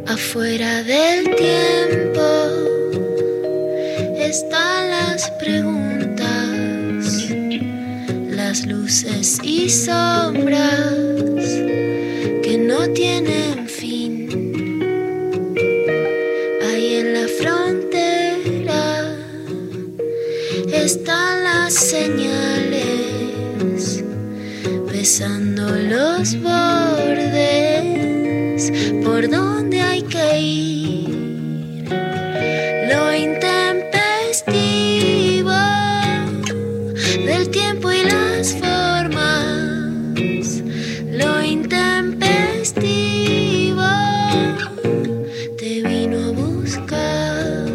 Afuera del tiempo están las preguntas, las luces y sombras que no tienen fin. Ahí en la frontera están las señales, besando los bordes por donde hay que ir. Lo intempestivo del tiempo y las formas, lo intempestivo te vino a buscar.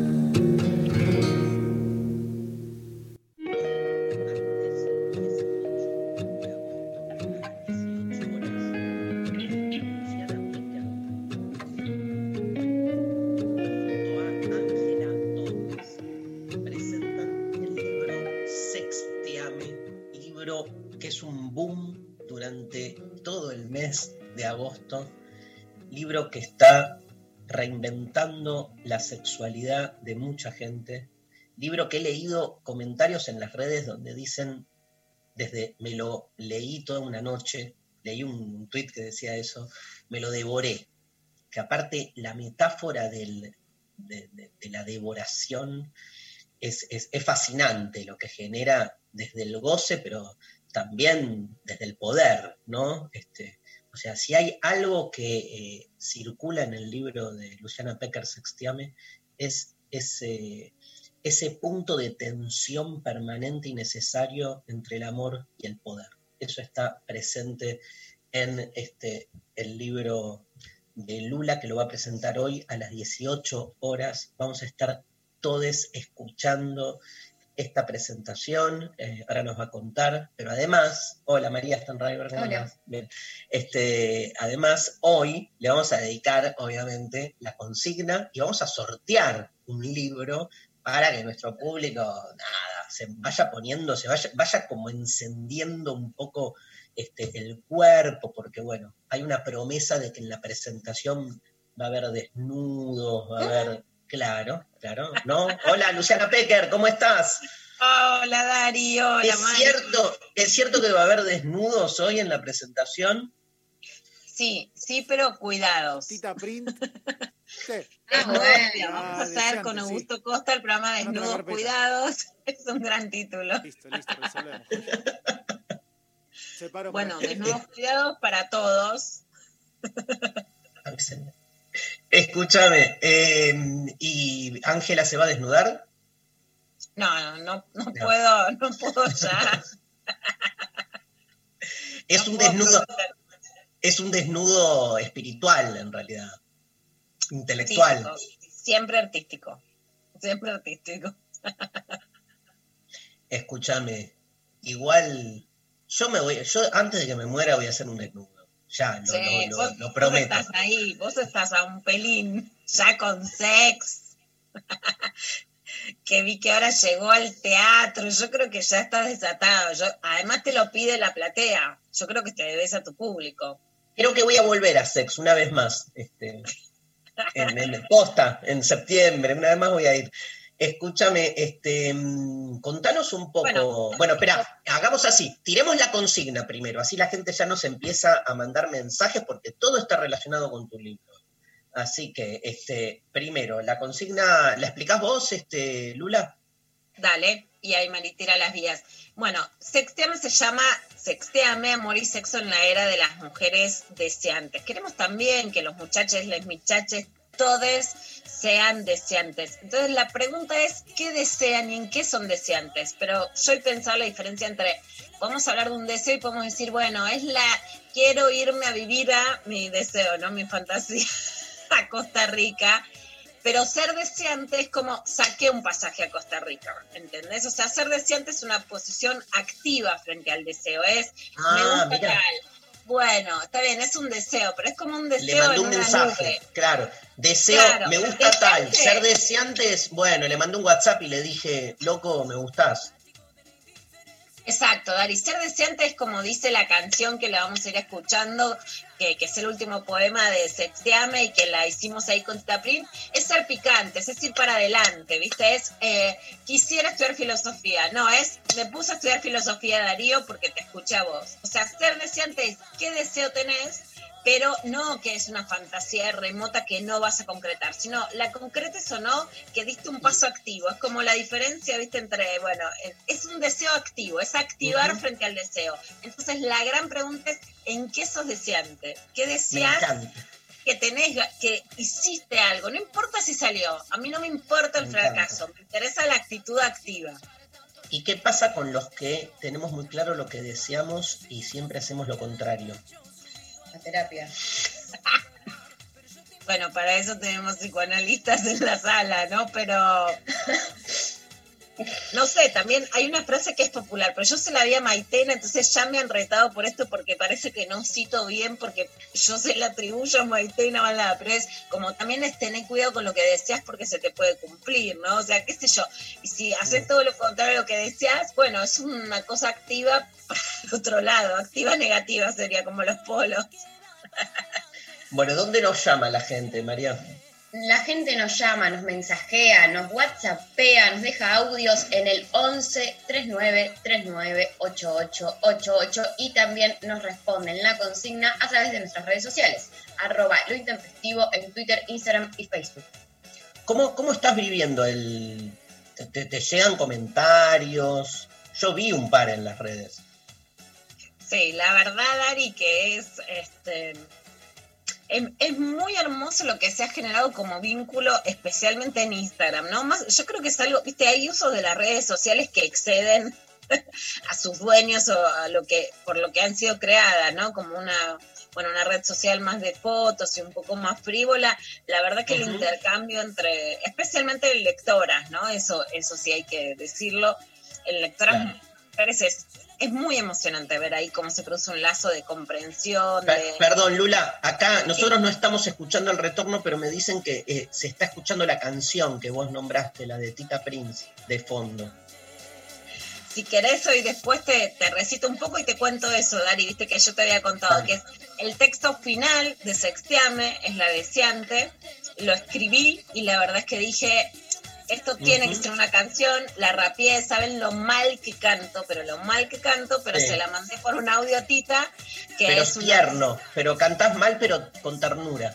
Que es un boom durante todo el mes de agosto, libro que está reinventando la sexualidad de mucha gente, libro que he leído comentarios en las redes donde dicen, desde me lo leí toda una noche, leí un tuit que decía eso, me lo devoré, que aparte la metáfora de la devoración es fascinante, lo que genera desde el goce, pero también desde el poder, ¿no? O sea, si hay algo que circula en el libro de Luciana Pecker, Sextiame, es ese punto de tensión permanente y necesario entre el amor y el poder. Eso está presente en el libro de Lula, que lo va a presentar hoy a las 18 horas. Vamos a estar todos escuchando esta presentación, ahora nos va a contar, pero además, hola María Stanriver, ¿cómo andás? Bien. Además, hoy le vamos a dedicar, obviamente, la consigna y vamos a sortear un libro para que nuestro público, se vaya poniendo, vaya como encendiendo un poco el cuerpo, porque bueno, hay una promesa de que en la presentación va a haber desnudos, va a haber... Claro, ¿no? Hola, Luciana Pecker, ¿cómo estás? Hola, Dari, hola, Mari. ¿Es cierto que va a haber desnudos hoy en la presentación? Sí, pero cuidados. Tita Print. Sí. Vamos a hacer con Augusto Costa el programa Desnudos Cuidados. Es un gran título. Listo, resolvemos. Bueno, Desnudos Cuidados para todos. Escúchame, ¿y Ángela se va a desnudar? No puedo ya. Es un desnudo espiritual, en realidad, intelectual. Artístico, siempre artístico. Escúchame, igual, yo antes de que me muera voy a hacer un desnudo. Ya, lo prometo. Vos estás a un pelín, ya con sex, que vi que ahora llegó al teatro, yo creo que ya estás desatado, además te lo pide la platea, yo creo que te debes a tu público. Creo que voy a volver a sex una vez más, en posta, en septiembre, una vez más voy a ir. Escúchame, contanos un poco. Bueno, espera, hagamos así, tiremos la consigna primero, así la gente ya nos empieza a mandar mensajes porque todo está relacionado con tu libro. Así que, primero, la consigna, ¿la explicás vos, Lula? Dale, y ahí Mari tira las vías. Bueno, Sextiame se llama Sextiame, amor y sexo en la era de las mujeres deseantes. Queremos también que los muchachos, las muchaches, todos sean deseantes. Entonces la pregunta es, ¿qué desean y en qué son deseantes? Pero yo he pensado la diferencia entre, podemos hablar de un deseo y podemos decir, bueno, quiero irme a vivir a mi deseo, ¿no? Mi fantasía a Costa Rica. Pero ser deseante es como saqué un pasaje a Costa Rica, ¿entendés? O sea, ser deseante es una posición activa frente al deseo. Me gusta mirá. tal. Bueno, está bien, es un deseo, pero es como un deseo. Le mandó un mensaje, nube. Claro. Deseo, claro, me gusta tal. Ser deseante es, bueno, le mandé un WhatsApp y le dije, loco, me gustás. Exacto, Dari. Ser deseante es como dice la canción que la vamos a ir escuchando, que es el último poema de Sexteame y que la hicimos ahí con Tita Prim. Es ser picante, es ir para adelante, ¿viste? Es, quisiera estudiar filosofía. No, me puse a estudiar filosofía, Darío, porque te escuché a vos. O sea, ser deseante es qué deseo tenés, pero no que es una fantasía remota que no vas a concretar, sino la concretes o no, que diste un paso activo. Es como la diferencia, viste, entre, bueno, es un deseo activo, es activar frente al deseo. Entonces la gran pregunta es, ¿en qué sos deseante? ¿Qué deseas? Que tenés, que hiciste algo, no importa si salió, a mí no me importa el fracaso, me interesa la actitud activa. ¿Y qué pasa con los que tenemos muy claro lo que deseamos y siempre hacemos lo contrario? La terapia. Bueno, para eso tenemos psicoanalistas en la sala, ¿no? Pero no sé, también hay una frase que es popular, pero yo se la vi a Maitena, entonces ya me han retado por esto porque parece que no cito bien, porque yo se la atribuyo a Maitena Balada, pero es como también es tener cuidado con lo que deseas porque se te puede cumplir, ¿no? O sea, qué sé yo, y si haces todo lo contrario a lo que deseas, bueno, es una cosa activa para el otro lado, activa negativa sería como los polos. Bueno, ¿dónde nos llama la gente, María? La gente nos llama, nos mensajea, nos whatsappea, nos deja audios en el 11 39 39 8888 y también nos responden la consigna a través de nuestras redes sociales, @lointempestivo en Twitter, Instagram y Facebook. ¿Cómo estás viviendo te llegan comentarios? Yo vi un par en las redes. Sí, la verdad, Dari, que es muy hermoso lo que se ha generado como vínculo, especialmente en Instagram, ¿no? Yo creo que es algo, viste, hay usos de las redes sociales que exceden a sus dueños o por lo que han sido creadas, ¿no? Como una red social más de fotos y un poco más frívola. La verdad que el intercambio especialmente lectoras, ¿no? Eso sí hay que decirlo. En lectoras mujeres es muy emocionante ver ahí cómo se produce un lazo de comprensión. Perdón, Lula, acá nosotros no estamos escuchando el retorno, pero me dicen que se está escuchando la canción que vos nombraste, la de Tita Prince, de fondo. Si querés, hoy después te recito un poco y te cuento eso, Dari, viste que yo te había contado, que es el texto final de Sexteame, es la deseante, lo escribí y la verdad es que dije, esto tiene que ser una canción, la rapeé, saben lo mal que canto, pero sí. Se la mandé por un audio a Tita, que pero es tierno, pero cantás mal, pero con ternura.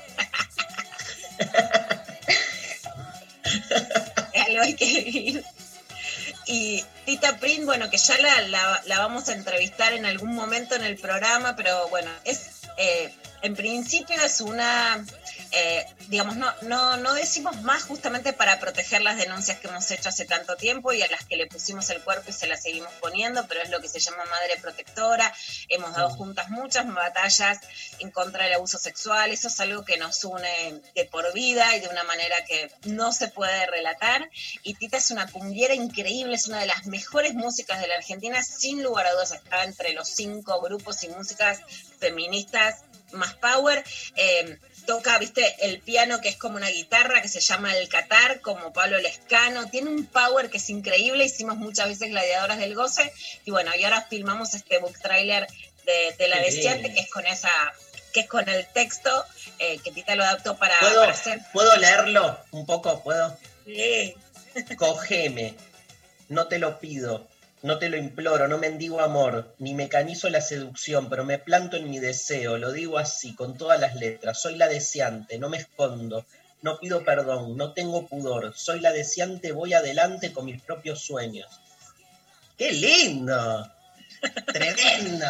Algo hay que vivir. Y Tita Prim, bueno, que ya la vamos a entrevistar en algún momento en el programa, pero bueno, en principio es una, digamos, no decimos más justamente para proteger las denuncias que hemos hecho hace tanto tiempo y a las que le pusimos el cuerpo y se las seguimos poniendo, pero es lo que se llama madre protectora. Hemos dado juntas muchas batallas en contra del abuso sexual, eso es algo que nos une de por vida y de una manera que no se puede relatar. Y Tita es una cumbiera increíble, es una de las mejores músicas de la Argentina, sin lugar a dudas está entre los 5 grupos y músicas feministas más power. Toca, viste, el piano que es como una guitarra que se llama el Qatar, como Pablo Lescano, tiene un power que es increíble, hicimos muchas veces Gladiadoras del Goce, y bueno, y ahora filmamos este book trailer de La Deseante, que es con el texto, que Tita lo adaptó para hacer. ¿Puedo leerlo un poco? ¿Puedo? Sí. Cogeme, no te lo pido, no te lo imploro, no mendigo amor, ni mecanizo la seducción, pero me planto en mi deseo, lo digo así, con todas las letras. Soy la deseante, no me escondo, no pido perdón, no tengo pudor. Soy la deseante, voy adelante con mis propios sueños. ¡Qué lindo! ¡Tremendo!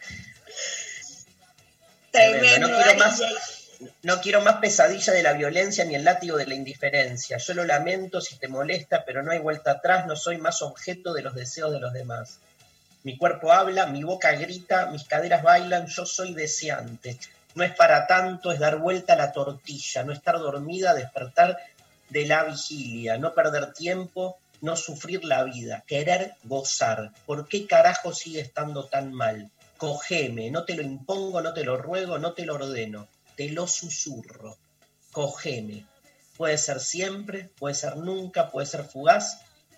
Tremendo. No quiero más pesadilla de la violencia ni el látigo de la indiferencia. Yo lo lamento si te molesta, pero no hay vuelta atrás, no soy más objeto de los deseos de los demás. Mi cuerpo habla, mi boca grita, mis caderas bailan, yo soy deseante. No es para tanto, es dar vuelta a la tortilla, no estar dormida, despertar de la vigilia, no perder tiempo, no sufrir la vida, querer gozar. ¿Por qué carajo sigue estando tan mal? Cogeme, no te lo impongo, no te lo ruego, no te lo ordeno. Te lo susurro, cogeme. Puede ser siempre, puede ser nunca, puede ser fugaz,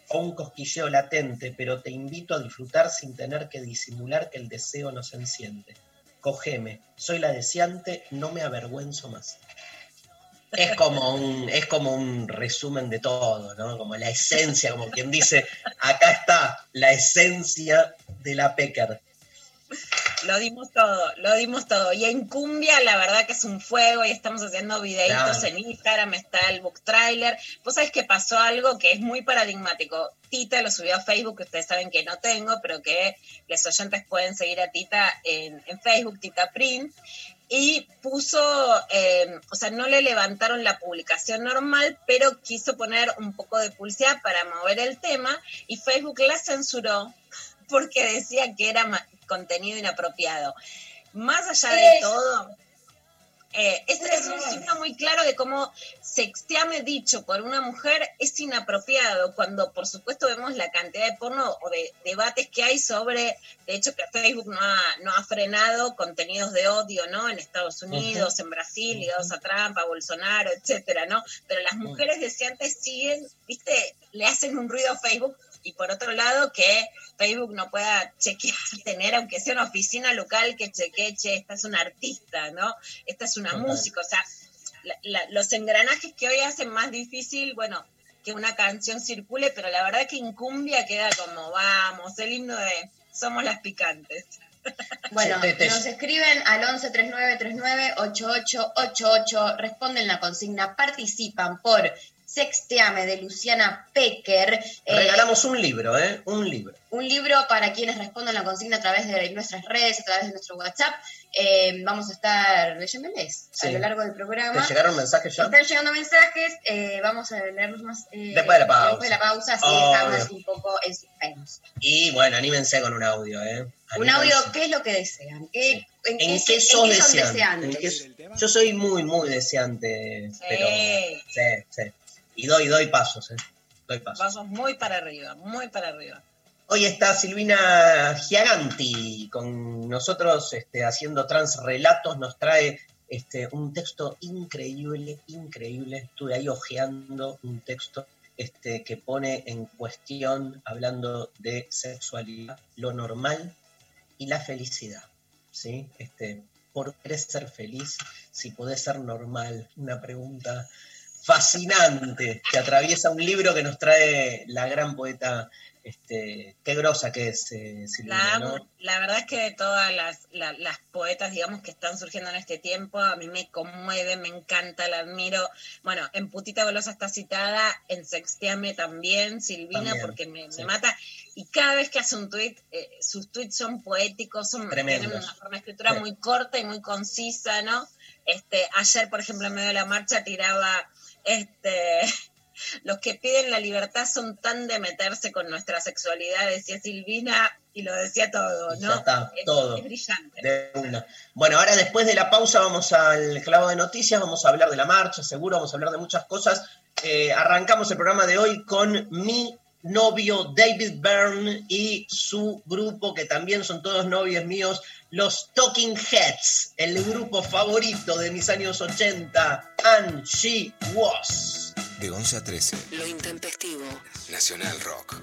o un cosquilleo latente, pero te invito a disfrutar sin tener que disimular que el deseo nos enciende. Cógeme, soy la deseante, no me avergüenzo más. Es como un resumen de todo, ¿no? Como la esencia, como quien dice, acá está la esencia de la Pecker. Lo dimos todo. Y en Cumbia, la verdad que es un fuego y estamos haciendo videitos en Instagram, está el book trailer. Vos sabés que pasó algo que es muy paradigmático. Tita lo subió a Facebook, que ustedes saben que no tengo, pero que los oyentes pueden seguir a Tita en Facebook, Tita Print. Y puso, no le levantaron la publicación normal, pero quiso poner un poco de publicidad para mover el tema y Facebook la censuró porque decía que era contenido inapropiado. Más allá de todo, es un signo muy claro de cómo sexteame dicho por una mujer es inapropiado, cuando por supuesto vemos la cantidad de porno o de debates que hay sobre, de hecho que Facebook no ha frenado contenidos de odio, ¿no? En Estados Unidos, en Brasil, ligados a Trump, a Bolsonaro, etcétera, ¿no? Pero las mujeres deseantes siguen, ¿viste? Le hacen un ruido a Facebook. Y por otro lado, que Facebook no pueda chequear, tener, aunque sea una oficina local que chequee, esta es una artista, ¿no? Esta es una música. O sea, los engranajes que hoy hacen más difícil, bueno, que una canción circule, pero la verdad que en Cumbia queda como, vamos, el himno de Somos las Picantes. Bueno, nos escriben al 1139398888, responden la consigna, participan por Sexteame de Luciana Pecker. Regalamos un libro, ¿eh? Un libro. Un libro para quienes respondan la consigna a través de nuestras redes, a través de nuestro WhatsApp. Vamos a estar leyéndoles a lo largo del programa. ¿Te llegaron mensajes ya? Están llegando mensajes, vamos a leerlos más después de la pausa. Después de la pausa, así dejamos un poco en suspenso. Y bueno, anímense con un audio, ¿eh? Un audio, ¿qué es lo que desean? ¿En qué son deseantes? Yo soy muy, muy deseante, pero sí. Y doy pasos, doy pasos. Pasos muy para arriba, muy para arriba. Hoy está Silvina Giaganti con nosotros haciendo transrelatos, nos trae un texto increíble. Estuve ahí hojeando un texto que pone en cuestión, hablando de sexualidad, lo normal y la felicidad, ¿sí? ¿Por qué ser feliz si podés ser normal? Una pregunta fascinante que atraviesa un libro que nos trae la gran poeta, qué grosa que es Silvina, ¿no? La verdad es que de todas las poetas, digamos, que están surgiendo en este tiempo, a mí me conmueve, me encanta, la admiro. Bueno, en Putita Golosa está citada, en Sexteame también, Silvina, porque me mata. Y cada vez que hace un tuit, sus tuits son poéticos, tienen una forma de escritura muy corta y muy concisa, ¿no? Ayer, por ejemplo, en medio de la marcha tiraba... los que piden la libertad son tan de meterse con nuestra sexualidad, decía Silvina, y lo decía todo, ¿no? Ya está, todo. Es brillante. De una. Bueno, ahora después de la pausa vamos al clavo de noticias, vamos a hablar de la marcha, seguro, vamos a hablar de muchas cosas. Arrancamos el programa de hoy con mi novio David Byrne y su grupo, que también son todos novios míos, los Talking Heads, el grupo favorito de mis años 80, And She Was. De 11 a 13. Lo intempestivo. Nacional Rock.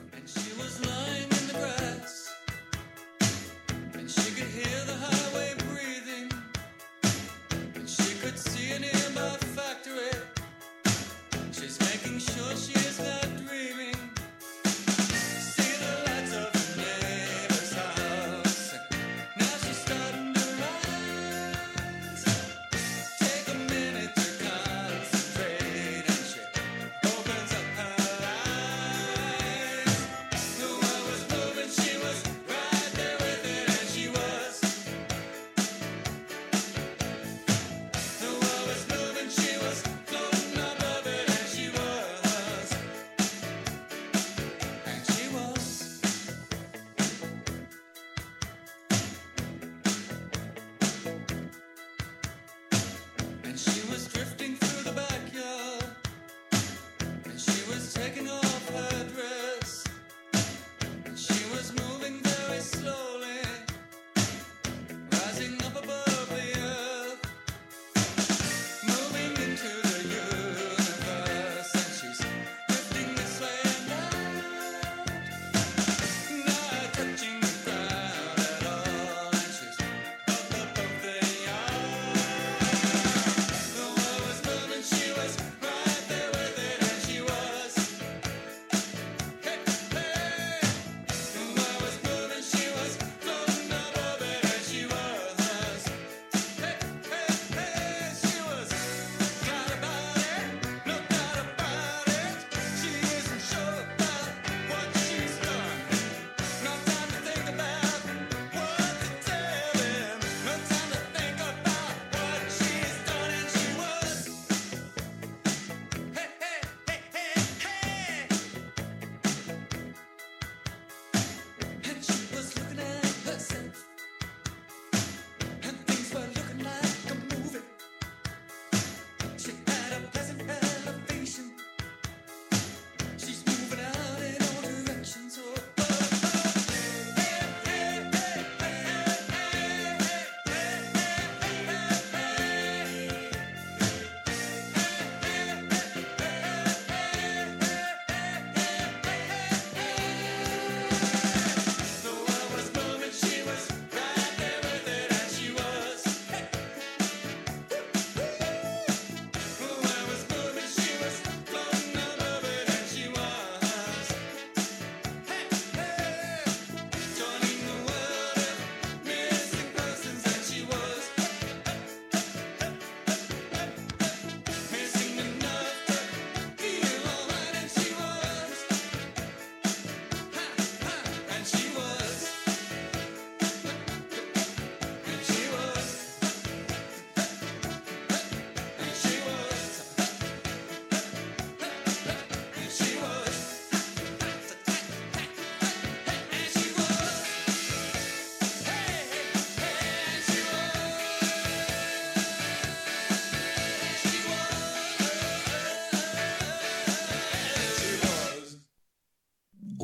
She was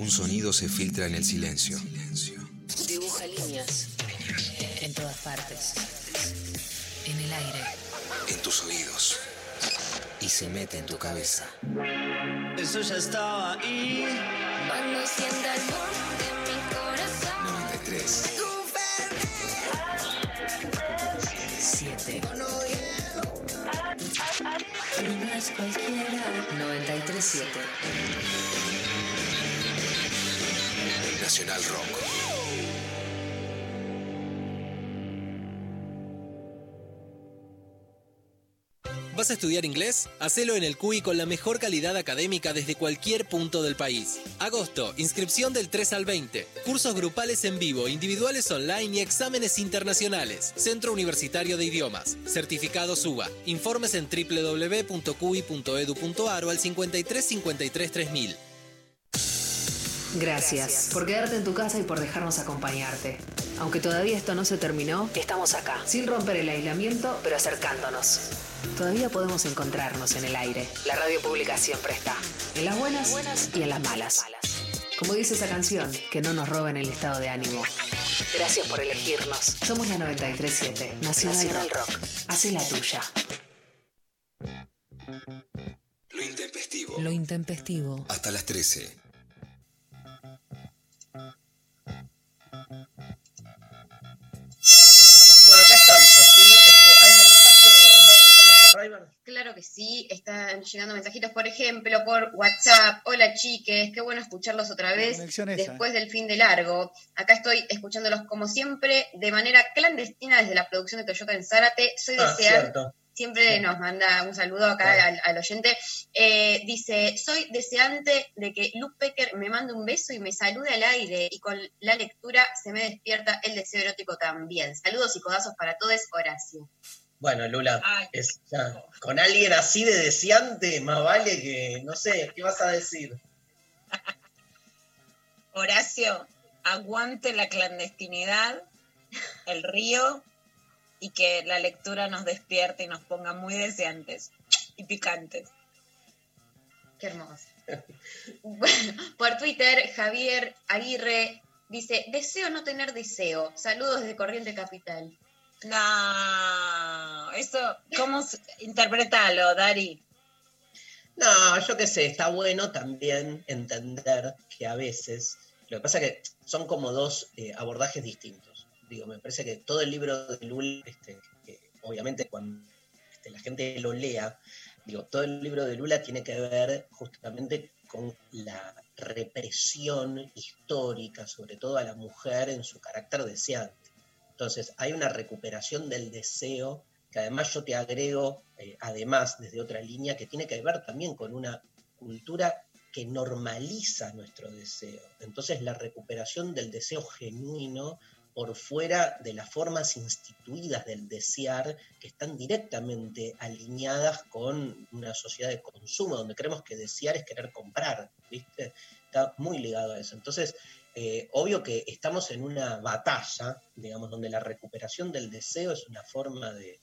Un sonido se filtra en el silencio. Dibuja líneas. En todas partes. En el aire. En tus oídos. Y se mete en tu cabeza. Eso ya estaba ahí. Cuando sienta el boom de mi corazón. 93. 7. No es cualquiera. 93.7. Nacional Rock. ¿Vas a estudiar inglés? Hacelo en el CUI con la mejor calidad académica desde cualquier punto del país. Agosto, inscripción del 3 al 20. Cursos grupales en vivo, individuales online y exámenes internacionales. Centro Universitario de Idiomas. Certificado SUBA. Informes en www.cui.edu.ar o al 53 53 3000. Gracias por quedarte en tu casa y por dejarnos acompañarte. Aunque todavía esto no se terminó, estamos acá, sin romper el aislamiento, pero acercándonos. Todavía podemos encontrarnos en el aire. La radio pública siempre está, en las buenas y en las malas. Como dice esa canción, que no nos roben el estado de ánimo. Gracias por elegirnos. Somos la 93.7, Nacional Rock. Hacé la tuya. Lo intempestivo. Lo intempestivo. Hasta las 13. Bueno, acá estamos, ¿sí? ¿Hay mensajes, Rayban? Claro que sí, están llegando mensajitos, por ejemplo, por WhatsApp. Hola chiques, qué bueno escucharlos otra vez conexión esa, después del fin de largo. Acá estoy escuchándolos como siempre, de manera clandestina desde la producción de Toyota en Zárate. Soy deseante. Cierto. Siempre nos manda un saludo acá al oyente. Dice, soy deseante de que Luke Pecker me mande un beso y me salude al aire, y con la lectura se me despierta el deseo erótico también. Saludos y codazos para todos, Horacio. Bueno, Lula, Ay. con alguien así de deseante, más vale que, no sé, ¿qué vas a decir? Horacio, aguante la clandestinidad, el río, y que la lectura nos despierte y nos ponga muy deseantes y picantes. Qué hermoso. Bueno, por Twitter, Javier Aguirre dice, deseo no tener deseo. Saludos desde Corriente Capital. No, eso, interpretalo, Dari? No, yo qué sé, está bueno también entender que a veces, lo que pasa es que son como dos abordajes distintos. Digo, me parece que todo el libro de Lula, que obviamente cuando la gente lo lea, digo, todo el libro de Lula tiene que ver justamente con la represión histórica, sobre todo a la mujer en su carácter deseante. Entonces, hay una recuperación del deseo, que además yo te agrego, además desde otra línea, que tiene que ver también con una cultura que normaliza nuestro deseo. Entonces, la recuperación del deseo genuino por fuera de las formas instituidas del desear, que están directamente alineadas con una sociedad de consumo, donde creemos que desear es querer comprar, ¿viste? Está muy ligado a eso. Entonces, obvio que estamos en una batalla, digamos, donde la recuperación del deseo es una forma de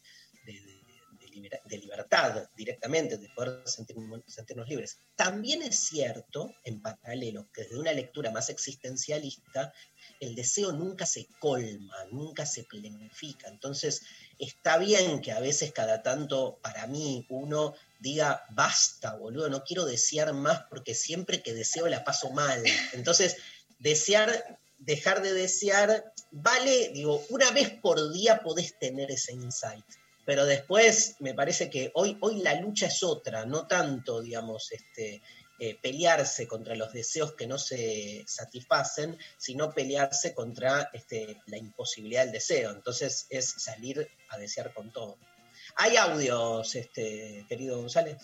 libertad directamente, de poder sentirnos libres. También es cierto, en paralelo, que desde una lectura más existencialista, el deseo nunca se colma, nunca se planifica. Entonces, está bien que a veces cada tanto, para mí, uno diga, basta, boludo, no quiero desear más porque siempre que deseo la paso mal. Entonces, dejar de desear, vale, digo, una vez por día podés tener ese insight. Pero después me parece que hoy la lucha es otra, no tanto, digamos, pelearse contra los deseos que no se satisfacen, sino pelearse contra la imposibilidad del deseo. Entonces es salir a desear con todo. ¿Hay audios, querido González?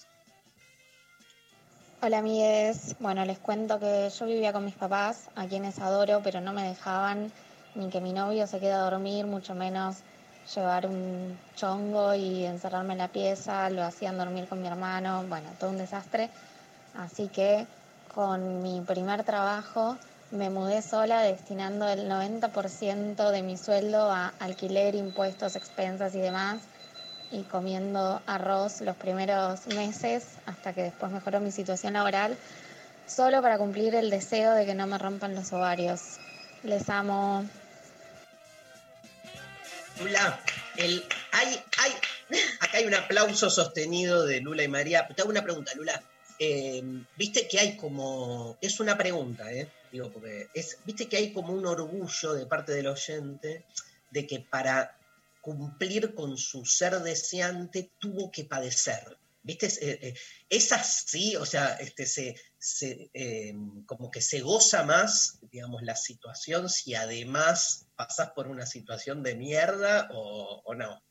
Hola amigues, bueno, les cuento que yo vivía con mis papás, a quienes adoro, pero no me dejaban ni que mi novio se quede a dormir, mucho menos llevar un chongo y encerrarme en la pieza, lo hacían dormir con mi hermano, bueno, todo un desastre. Así que con mi primer trabajo me mudé sola destinando el 90% de mi sueldo a alquiler, impuestos, expensas y demás, y comiendo arroz los primeros meses hasta que después mejoró mi situación laboral. solo para cumplir el deseo de que no me rompan los ovarios. Les amo. Lula, acá hay un aplauso sostenido de Lula y María. Te hago una pregunta, Lula. Viste que hay como, es una pregunta, digo, porque viste que hay como un orgullo de parte del oyente de que para cumplir con su ser deseante tuvo que padecer. ¿Viste? Es así, o sea, como que se goza más, digamos, la situación si además pasás por una situación de mierda o no.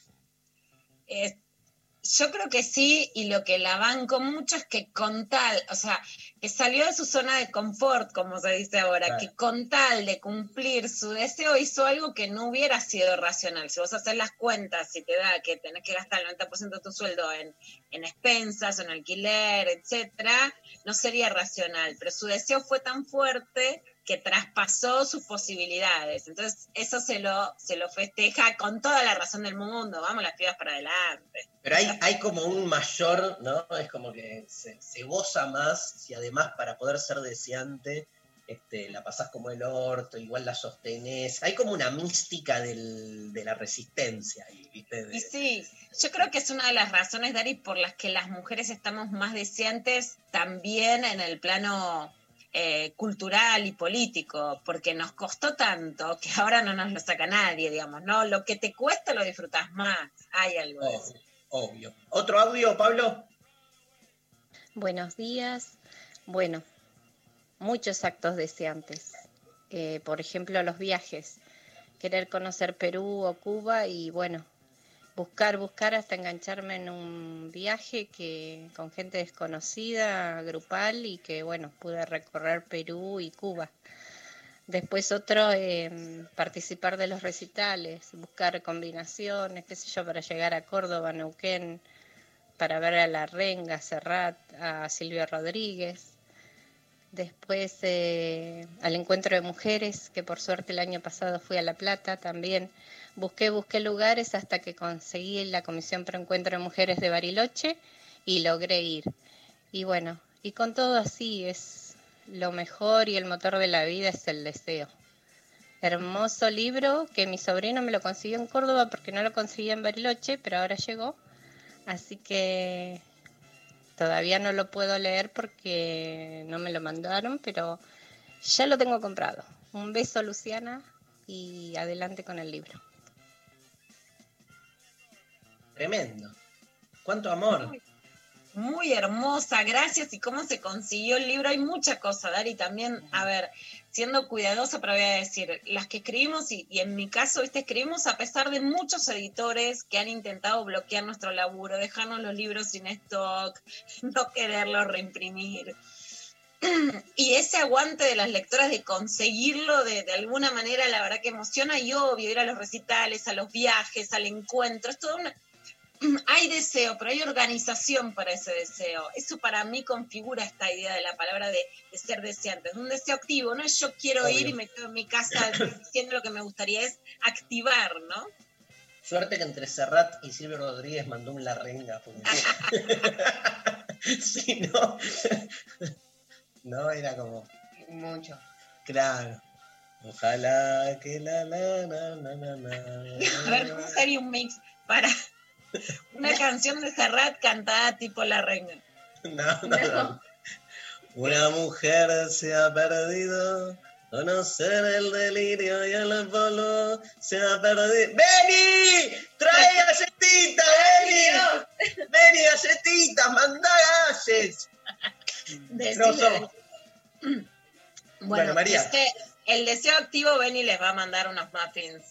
Yo creo que sí, y lo que la banco mucho es que con tal, o sea, que salió de su zona de confort, como se dice ahora, claro, que con tal de cumplir su deseo hizo algo que no hubiera sido racional. Si vos haces las cuentas y te da que tenés que gastar el 90% de tu sueldo en expensas, en alquiler, etcétera, no sería racional, pero su deseo fue tan fuerte que traspasó sus posibilidades. Entonces, eso se lo festeja con toda la razón del mundo. Vamos las pibas para adelante. Pero hay como un mayor, ¿no? Es como que se goza más si además para poder ser deseante la pasás como el orto, igual la sostenés. Hay como una mística de la resistencia ahí, ¿viste? Y sí, yo creo que es una de las razones, Dari, por las que las mujeres estamos más deseantes también en el plano cultural y político, porque nos costó tanto que ahora no nos lo saca nadie, digamos, ¿no? Lo que te cuesta lo disfrutás más. Hay algo de eso. Obvio. ¿Otro audio, Pablo? Buenos días. Bueno, muchos actos deseantes. Por ejemplo, los viajes. Querer conocer Perú o Cuba y, bueno, buscar hasta engancharme en un viaje con gente desconocida, grupal, y que, bueno, pude recorrer Perú y Cuba. Después otro, participar de los recitales, buscar combinaciones, qué sé yo, para llegar a Córdoba, Neuquén, para ver a La Renga, a Serrat, a Silvio Rodríguez. Después al encuentro de mujeres, que por suerte el año pasado fui a La Plata también. Busqué lugares hasta que conseguí la Comisión Pro Encuentro de Mujeres de Bariloche y logré ir. Y bueno, y con todo así es lo mejor y el motor de la vida es el deseo. Hermoso libro que mi sobrino me lo consiguió en Córdoba porque no lo conseguía en Bariloche, pero ahora llegó. Así que todavía no lo puedo leer porque no me lo mandaron, pero ya lo tengo comprado. Un beso, Luciana, y adelante con el libro. Tremendo. ¿Cuánto amor? Muy hermosa, gracias. ¿Y cómo se consiguió el libro? Hay mucha cosa, Dari, también, a ver, siendo cuidadosa, pero voy a decir, las que escribimos, y en mi caso, escribimos a pesar de muchos editores que han intentado bloquear nuestro laburo, dejarnos los libros sin stock, no quererlos reimprimir. Y ese aguante de las lectoras de conseguirlo de alguna manera, la verdad que emociona, y obvio, ir a los recitales, a los viajes, al encuentro, es todo una... Hay deseo, pero hay organización para ese deseo. Eso para mí configura esta idea de la palabra de ser deseante. Es un deseo activo, no es yo quiero ir y me quedo en mi casa diciendo lo que me gustaría, es activar, ¿no? Suerte que entre Serrat y Silvio Rodríguez mandó un La Renga. Sí, ¿no? No, era como... Mucho. Claro. Ojalá que la. A ver, ¿cómo sería un mix para una canción de Serrat cantada tipo La Renga? No. Una mujer se ha perdido, conocer el delirio y el polvo, se ha perdido. ¡Beni! ¡Trae galletitas, Beni! ¡Beni, galletitas! ¡Mandá galles! Bueno, María. El deseo activo, Beni les va a mandar unos muffins.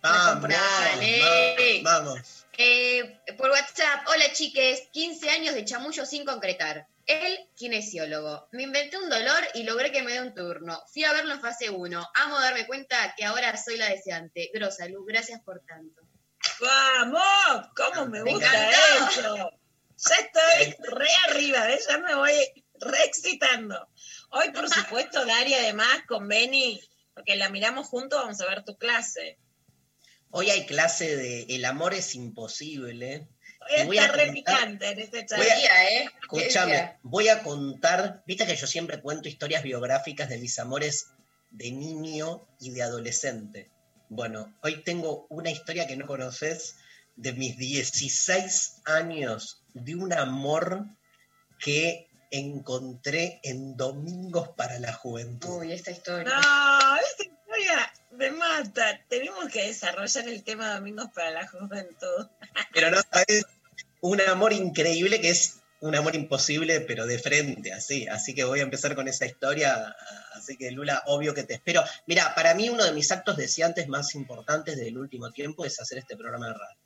Vamos. Por WhatsApp, hola chiques, 15 años de chamullo sin concretar. Él, kinesiólogo. Me inventé un dolor y logré que me dé un turno. Fui a verlo en fase 1. Amo darme cuenta que ahora soy la deseante. Grosa, Lu, gracias por tanto. ¡Vamos! ¿Cómo me gusta eso? Ya estoy re arriba, ya me voy re excitando. Hoy, por supuesto, Dari, además, con Beni, porque la miramos juntos, vamos a ver tu clase. Hoy hay clase de El amor es imposible. voy a Está re contar- picante en ese chat. Escúchame, voy a contar, viste que yo siempre cuento historias biográficas de mis amores de niño y de adolescente. Bueno, hoy tengo una historia que no conoces de mis 16 años, de un amor que encontré en Domingos para la Juventud. Uy, esta historia. No, esa historia me mata. Tenemos que desarrollar el tema Domingos para la Juventud. Pero no sabes, un amor increíble que es un amor imposible, pero de frente, así. Así que voy a empezar con esa historia. Así que, Lula, obvio que te espero. Mira, para mí uno de mis actos deseantes más importantes del último tiempo es hacer este programa de radio.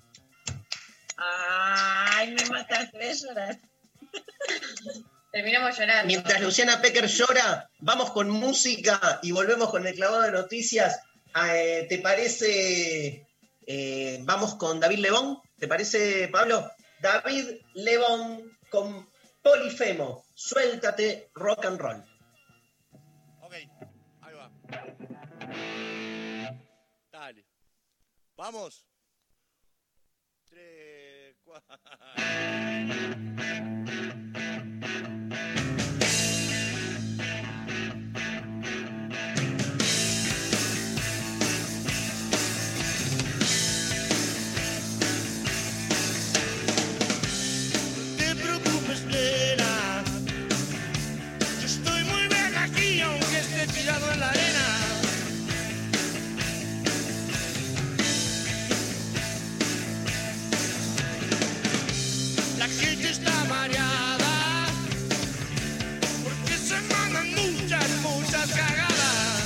Ay, me mataste de llorar. Terminamos llorando. Mientras Luciana Pecker llora, vamos con música y volvemos con el clavado de noticias. ¿Te parece? Vamos con David Lebón. ¿Te parece, Pablo? David Lebón con Polifemo. Suéltate, rock and roll. Ok, ahí va. Dale. Vamos. 3, 4. te preocupes, nena. Yo estoy muy bien aquí, aunque esté tirado en la arena. La gente está mareada porque se mandan muchas cagadas.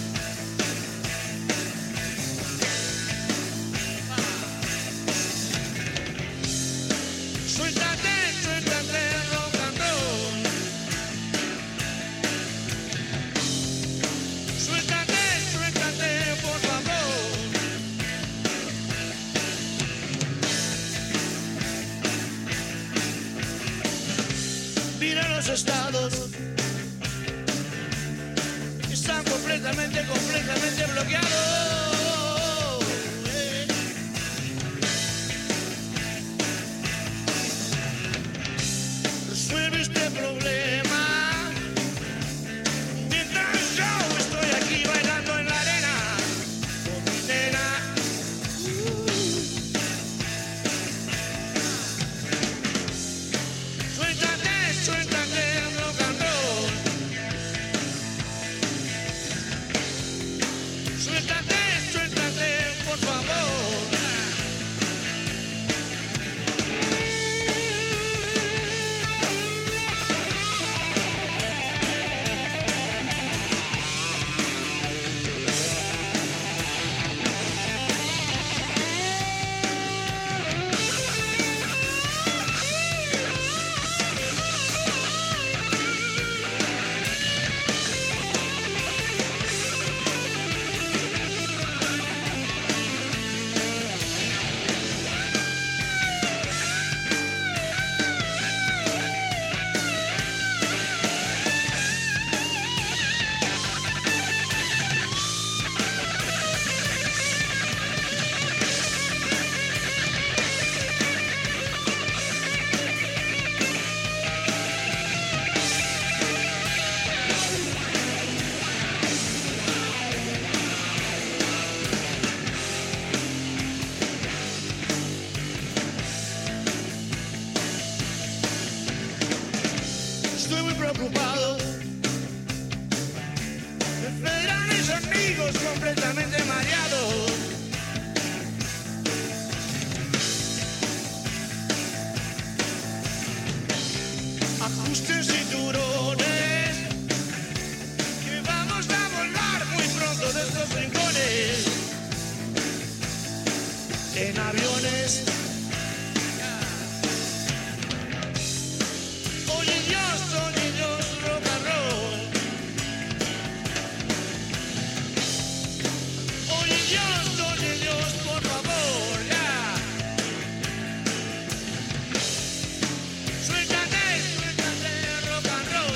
Suéltate, rock and roll. Suéltate, por favor. Mira los estados. Están completamente bloqueados. Resuelve este problema mientras yo estoy aquí bailando en la arena con mi nena. Suéltate, rock and roll. Suéltate, por favor. Estoy muy preocupado. Me verán mis amigos completamente mareados. Ajusten cinturones, que vamos a volar muy pronto de estos rincones. En aviones. Oye Dios, rock and roll. Oye Dios, por favor, ya. Suéltate, rock and roll.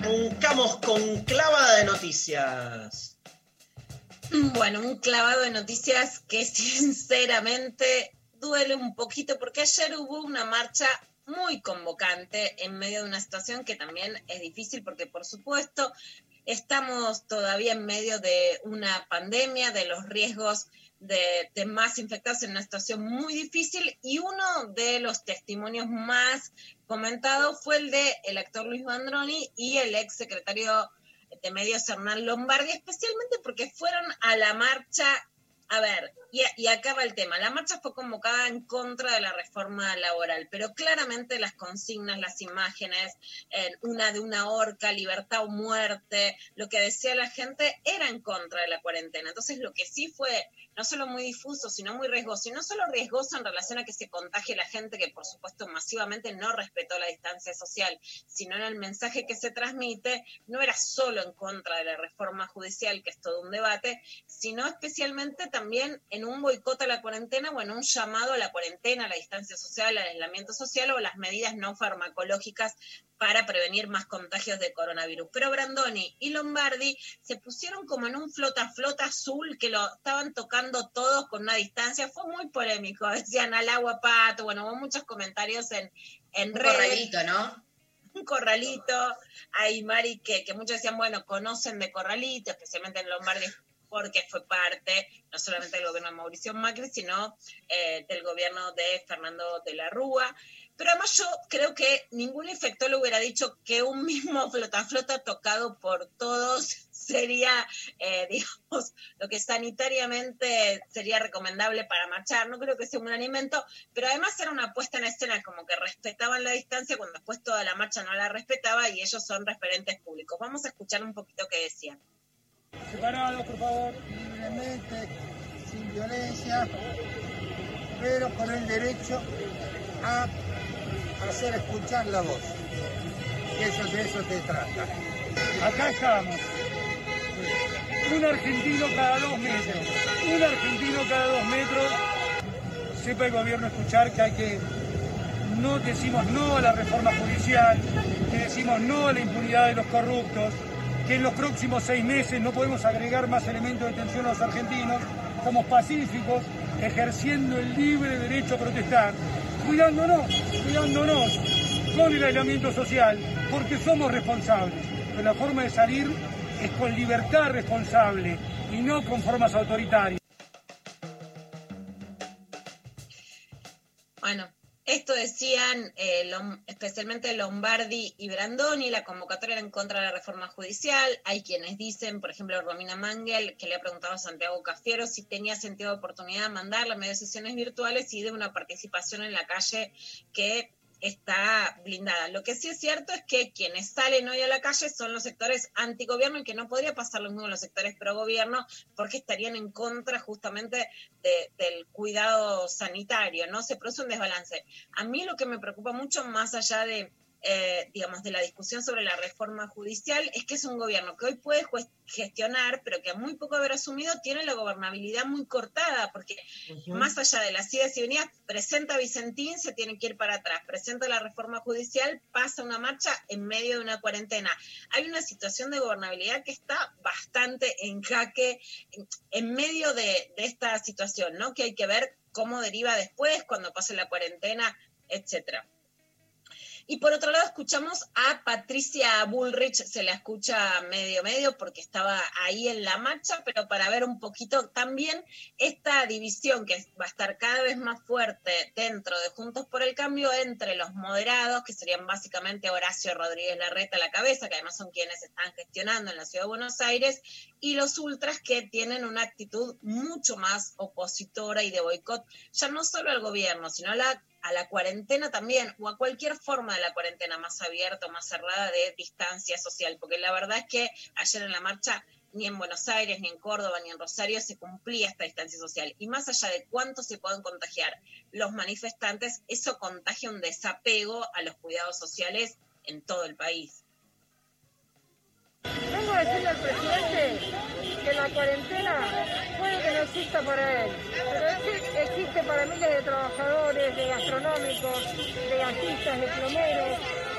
arrancamos con clavada de noticias. Bueno, un clavado de noticias que sinceramente duele un poquito porque ayer hubo una marcha muy convocante en medio de una situación que también es difícil porque, por supuesto, estamos todavía en medio de una pandemia, de los riesgos de más infectados en una situación muy difícil, y uno de los testimonios más comentados fue el del actor Luis Bandroni y el ex secretario de Medios Hernán Lombardi, especialmente porque fueron a la marcha. A ver, y acá va el tema. La marcha fue convocada en contra de la reforma laboral, pero claramente las consignas, las imágenes, una de una horca, libertad o muerte, lo que decía la gente era en contra de la cuarentena. Entonces, lo que sí fue no solo muy difuso, sino muy riesgoso, y no solo riesgoso en relación a que se contagie la gente, que por supuesto masivamente no respetó la distancia social, sino en el mensaje que se transmite, no era solo en contra de la reforma judicial, que es todo un debate, sino especialmente también en un boicot a la cuarentena o en un llamado a la cuarentena, a la distancia social, al aislamiento social o las medidas no farmacológicas para prevenir más contagios de coronavirus. Pero Brandoni y Lombardi se pusieron como en un flota azul que lo estaban tocando todos con una distancia. Fue muy polémico, decían al agua pato, bueno, hubo muchos comentarios en redes. Un corralito, ¿no? Un corralito, hay Mari que muchos decían, bueno, conocen de corralito, especialmente en Lombardi, porque fue parte no solamente del gobierno de Mauricio Macri, sino del gobierno de Fernando de la Rúa. Pero además yo creo que ningún infectólogo hubiera dicho que un mismo flota tocado por todos sería, digamos, lo que sanitariamente sería recomendable para marchar. No creo que sea un gran invento, pero además era una puesta en escena como que respetaban la distancia cuando después toda la marcha no la respetaba, y ellos son referentes públicos. Vamos a escuchar un poquito qué decían. Separados, por favor, libremente, sin violencia, pero con el derecho a hacer escuchar la voz. De eso se trata. Acá estamos. Un argentino cada 2 metros. Un argentino cada 2 metros. Sepa el gobierno escuchar que no decimos no a la reforma judicial, que decimos no a la impunidad de los corruptos, que en los próximos 6 meses no podemos agregar más elementos de tensión a los argentinos, somos pacíficos, ejerciendo el libre derecho a protestar, cuidándonos con el aislamiento social, porque somos responsables. Pero la forma de salir es con libertad responsable y no con formas autoritarias. Bueno, esto decían especialmente Lombardi y Brandoni. La convocatoria era en contra de la reforma judicial. Hay quienes dicen, por ejemplo, Romina Mangel, que le ha preguntado a Santiago Cafiero si tenía sentido de oportunidad mandarle medio sesiones virtuales y de una participación en la calle que está blindada. Lo que sí es cierto es que quienes salen hoy a la calle son los sectores antigobierno, y que no podría pasar lo mismo en los sectores pro gobierno, porque estarían en contra justamente del cuidado sanitario, ¿no? Se produce un desbalance. A mí lo que me preocupa mucho, más allá de la discusión sobre la reforma judicial, es que es un gobierno que hoy puede gestionar, pero que a muy poco haber asumido tiene la gobernabilidad muy cortada, porque más allá de las idas y venidas, presenta a Vicentín, se tiene que ir para atrás, presenta la reforma judicial, pasa una marcha en medio de una cuarentena. Hay una situación de gobernabilidad que está bastante en jaque en medio de esta situación, ¿no? Que hay que ver cómo deriva después, cuando pase la cuarentena, etcétera. Y por otro lado escuchamos a Patricia Bullrich, se la escucha medio porque estaba ahí en la marcha, pero para ver un poquito también esta división que va a estar cada vez más fuerte dentro de Juntos por el Cambio entre los moderados, que serían básicamente Horacio Rodríguez Larreta a la cabeza, que además son quienes están gestionando en la Ciudad de Buenos Aires, y los ultras, que tienen una actitud mucho más opositora y de boicot, ya no solo al gobierno, sino a la cuarentena también, o a cualquier forma de la cuarentena más abierta o más cerrada de distancia social, porque la verdad es que ayer en la marcha ni en Buenos Aires, ni en Córdoba, ni en Rosario se cumplía esta distancia social, y más allá de cuánto se pueden contagiar los manifestantes, eso contagia un desapego a los cuidados sociales en todo el país. Vengo a decirle al presidente que la cuarentena puede que no exista para él, pero existe para miles de trabajadores, de gastronómicos, de gasistas, de plomeros.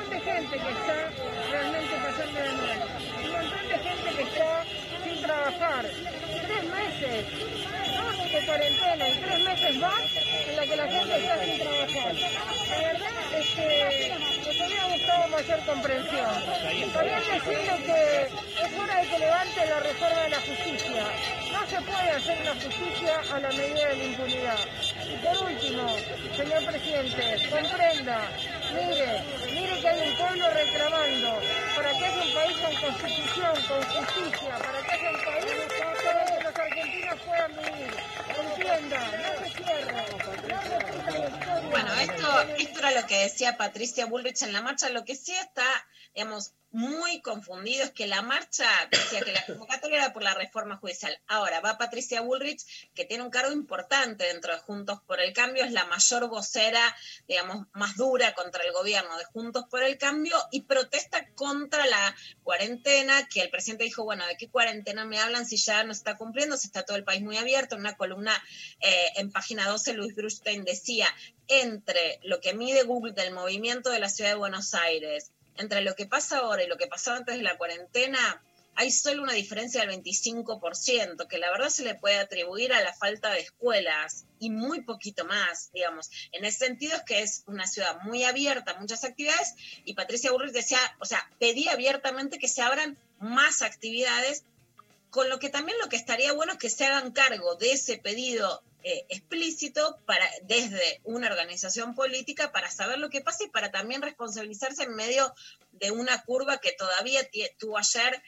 montón de gente que está realmente pasando de mal, un montón de gente que está sin trabajar. 3 meses de cuarentena y 3 meses más en la que la gente está sin trabajar. La verdad es que nos hubiera gustado mayor comprensión. También decirle que es hora de que levante la reforma de la justicia. No se puede hacer una justicia a la medida de la impunidad. Y por último, señor presidente, comprenda, mire que hay un pueblo reclamando para que haya un país con constitución, con justicia, para que haya un país donde los argentinos puedan vivir. Entienda, no se cierre, no repita la historia. Bueno, esto era lo que decía Patricia Bullrich en la marcha. Lo que sí está, digamos, muy confundido es que la marcha decía que la convocatoria era por la reforma judicial. Ahora va Patricia Bullrich, que tiene un cargo importante dentro de Juntos por el Cambio, es la mayor vocera, digamos, más dura contra el gobierno de Juntos por el Cambio, y protesta contra la cuarentena, que el presidente dijo, bueno, ¿de qué cuarentena me hablan si ya no está cumpliendo, si está todo el país muy abierto? En una columna en página 12, Luis Brustein decía, entre lo que mide Google del movimiento de la ciudad de Buenos Aires, entre lo que pasa ahora y lo que pasaba antes de la cuarentena, hay solo una diferencia del 25%, que la verdad se le puede atribuir a la falta de escuelas y muy poquito más, digamos. En ese sentido es que es una ciudad muy abierta a muchas actividades, y Patricia Bullrich decía, o sea, pedía abiertamente que se abran más actividades, con lo que también lo que estaría bueno es que se hagan cargo de ese pedido explícito desde una organización política para saber lo que pasa y para también responsabilizarse en medio de una curva que todavía tuvo ayer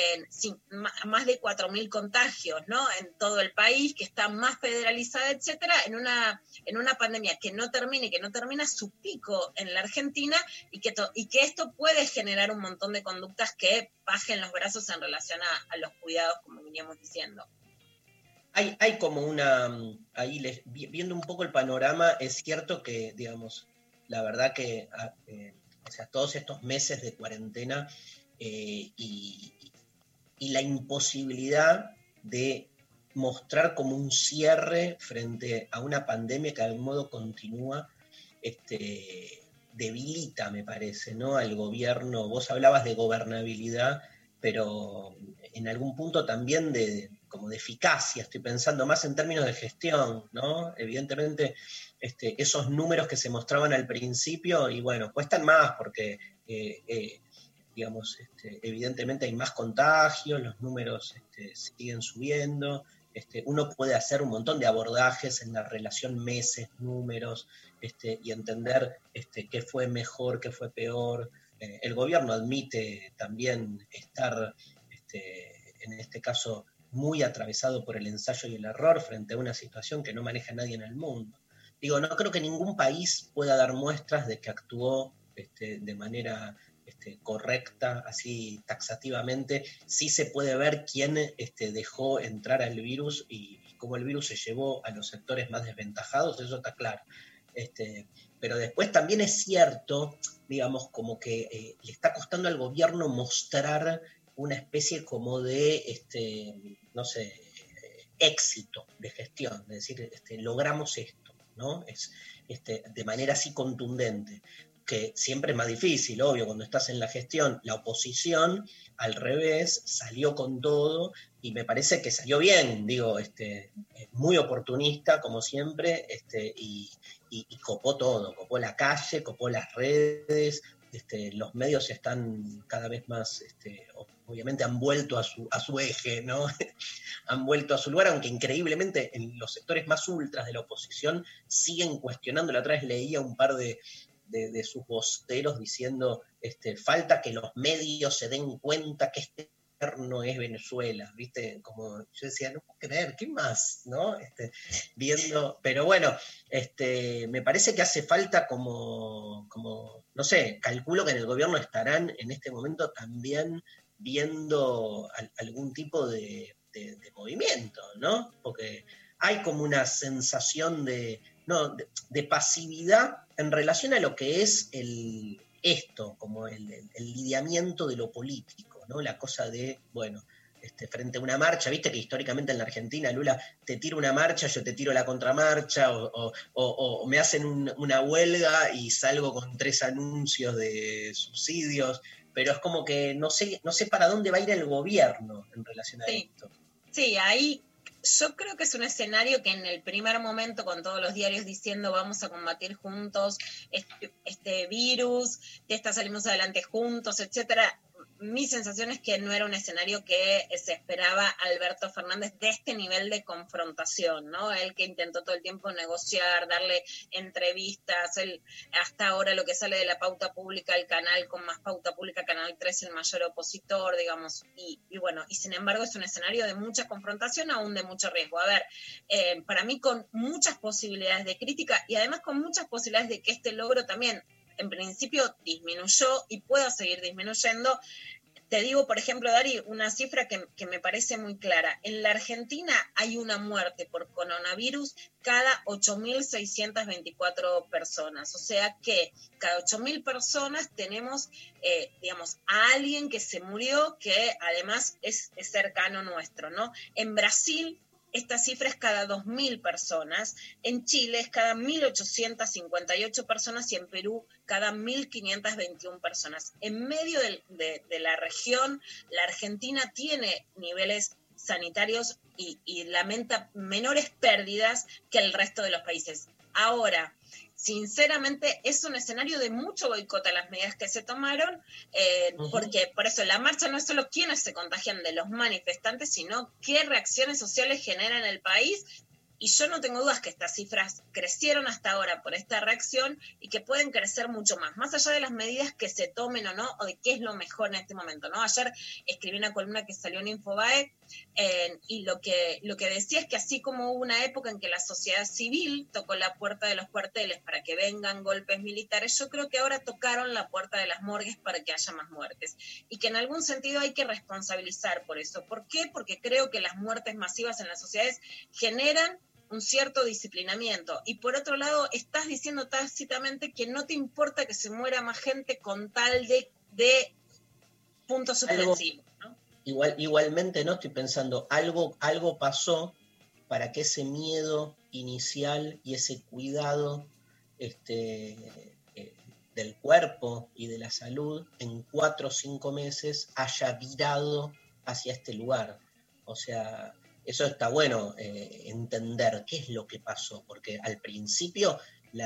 más de 4.000 contagios, ¿no? En todo el país, que está más federalizada, etcétera, en una pandemia que no termina y que no termina su pico en la Argentina, y que esto puede generar un montón de conductas que bajen los brazos en relación a los cuidados, como veníamos diciendo. Hay como viendo un poco el panorama, es cierto que, digamos, la verdad que, o sea, todos estos meses de cuarentena y la imposibilidad de mostrar como un cierre frente a una pandemia que de algún modo continúa, debilita, me parece, ¿no? Al gobierno. Vos hablabas de gobernabilidad, pero en algún punto también como de eficacia, estoy pensando más en términos de gestión, ¿no? Evidentemente, esos números que se mostraban al principio, y bueno, cuestan más porque, digamos, evidentemente hay más contagios, los números siguen subiendo, uno puede hacer un montón de abordajes en la relación meses, números, y entender qué fue mejor, qué fue peor. El gobierno admite también estar, en este caso, muy atravesado por el ensayo y el error frente a una situación que no maneja nadie en el mundo. Digo, no creo que ningún país pueda dar muestras de que actuó de manera correcta, así taxativamente. Sí se puede ver quién dejó entrar al virus y cómo el virus se llevó a los sectores más desventajados, eso está claro. Pero después también es cierto, digamos, como que le está costando al gobierno mostrar una especie como de, no sé, éxito de gestión, es decir, logramos esto, ¿no? De manera así contundente, que siempre es más difícil, obvio, cuando estás en la gestión. La oposición, al revés, salió con todo, y me parece que salió bien, digo, muy oportunista, como siempre, y copó todo, copó la calle, copó las redes, los medios están cada vez más, obviamente han vuelto a su eje, ¿no? Han vuelto a su lugar, aunque increíblemente en los sectores más ultras de la oposición siguen cuestionando. La otra vez leía un par de sus voceros diciendo, falta que los medios se den cuenta que no es Venezuela, ¿viste? Como yo decía, no puedo creer, ¿qué más? ¿No? Viendo, pero bueno, me parece que hace falta como, no sé, calculo que en el gobierno estarán en este momento también viendo algún tipo de movimiento, ¿no? Porque hay como una sensación de pasividad en relación a lo que es como el lidiamiento de lo político, ¿no? La cosa de, bueno, frente a una marcha, viste que históricamente en la Argentina Lula te tira una marcha, yo te tiro la contramarcha, o me hacen una huelga y salgo con 3 anuncios de subsidios, pero es como que no sé para dónde va a ir el gobierno en relación a esto. Sí, ahí yo creo que es un escenario que en el primer momento, con todos los diarios diciendo vamos a combatir juntos este virus, de esta salimos adelante juntos, etcétera, mi sensación es que no era un escenario que se esperaba Alberto Fernández de este nivel de confrontación, ¿no? Él que intentó todo el tiempo negociar, darle entrevistas, él hasta ahora lo que sale de la pauta pública, el canal con más pauta pública, Canal 3, el mayor opositor, digamos, y bueno, y sin embargo es un escenario de mucha confrontación, aún de mucho riesgo. A ver, para mí con muchas posibilidades de crítica y además con muchas posibilidades de que este logro también en principio disminuyó y pueda seguir disminuyendo. Te digo, por ejemplo, Dari, una cifra que me parece muy clara. En la Argentina hay una muerte por coronavirus cada 8.624 personas. O sea que cada 8.000 personas tenemos, digamos, a alguien que se murió, que además es cercano nuestro, ¿no? En Brasil esta cifra es cada 2.000 personas, en Chile es cada 1.858 personas y en Perú cada 1.521 personas. En medio de la región, la Argentina tiene niveles sanitarios y lamenta menores pérdidas que el resto de los países. Ahora, sinceramente, es un escenario de mucho boicot a las medidas que se tomaron, porque por eso la marcha no es solo quienes se contagian de los manifestantes, sino qué reacciones sociales genera en el país. Y yo no tengo dudas que estas cifras crecieron hasta ahora por esta reacción y que pueden crecer mucho más allá de las medidas que se tomen o no, o de qué es lo mejor en este momento, ¿no? Ayer escribí una columna que salió en Infobae y lo que decía es que así como hubo una época en que la sociedad civil tocó la puerta de los cuarteles para que vengan golpes militares, yo creo que ahora tocaron la puerta de las morgues para que haya más muertes. Y que en algún sentido hay que responsabilizar por eso. ¿Por qué? Porque creo que las muertes masivas en las sociedades generan un cierto disciplinamiento. Y por otro lado, estás diciendo tácitamente que no te importa que se muera más gente con tal de puntos suspensivos, ¿no? Igualmente, ¿no? Estoy pensando, algo pasó para que ese miedo inicial y ese cuidado del cuerpo y de la salud en 4 o 5 meses haya virado hacia este lugar. O sea, eso está bueno, entender qué es lo que pasó, porque al principio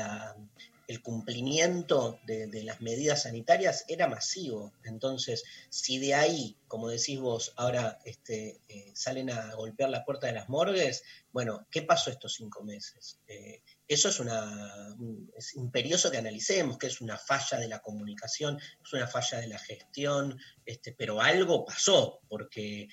el cumplimiento de las medidas sanitarias era masivo. Entonces, si de ahí, como decís vos, ahora salen a golpear la puerta de las morgues, bueno, ¿qué pasó estos 5 meses? Eso es imperioso que analicemos, que es una falla de la comunicación, es una falla de la gestión, pero algo pasó, porque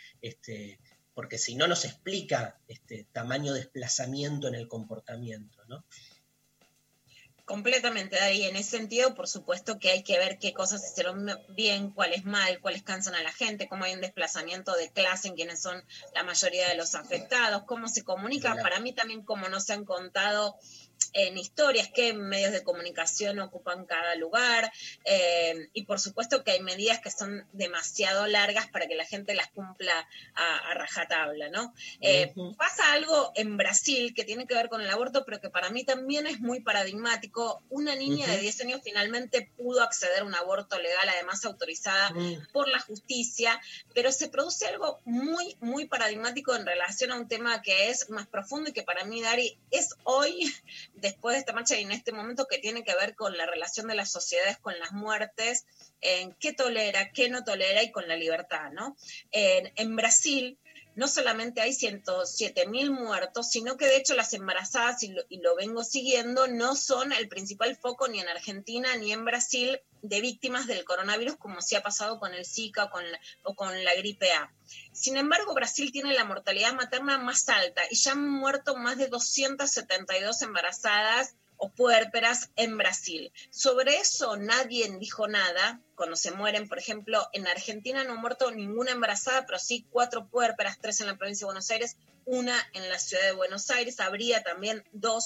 si no nos explica tamaño desplazamiento en el comportamiento, ¿no? Completamente, Dari. En ese sentido, por supuesto que hay que ver qué cosas se hicieron bien, cuáles mal, cuáles cansan a la gente, cómo hay un desplazamiento de clase en quienes son la mayoría de los afectados, cómo se comunica. Para mí también cómo no se han contado en historias, qué medios de comunicación ocupan cada lugar, y por supuesto que hay medidas que son demasiado largas para que la gente las cumpla a rajatabla, ¿no? Pasa algo en Brasil que tiene que ver con el aborto, pero que para mí también es muy paradigmático. Una niña de 10 años finalmente pudo acceder a un aborto legal, además autorizada por la justicia, pero se produce algo muy, muy paradigmático en relación a un tema que es más profundo y que para mí, Dari, es hoy, después de esta marcha y en este momento, que tiene que ver con la relación de las sociedades con las muertes, en qué tolera, qué no tolera y con la libertad, ¿no? En Brasil no solamente hay 107.000 muertos, sino que de hecho las embarazadas, y lo vengo siguiendo, no son el principal foco ni en Argentina ni en Brasil de víctimas del coronavirus, como sí ha pasado con el Zika o con la gripe A. Sin embargo, Brasil tiene la mortalidad materna más alta y ya han muerto más de 272 embarazadas o puérperas en Brasil. Sobre eso nadie dijo nada. Cuando se mueren, por ejemplo, en Argentina no ha muerto ninguna embarazada, pero sí 4 puérperas, 3 en la provincia de Buenos Aires, 1 en la ciudad de Buenos Aires. Habría también 2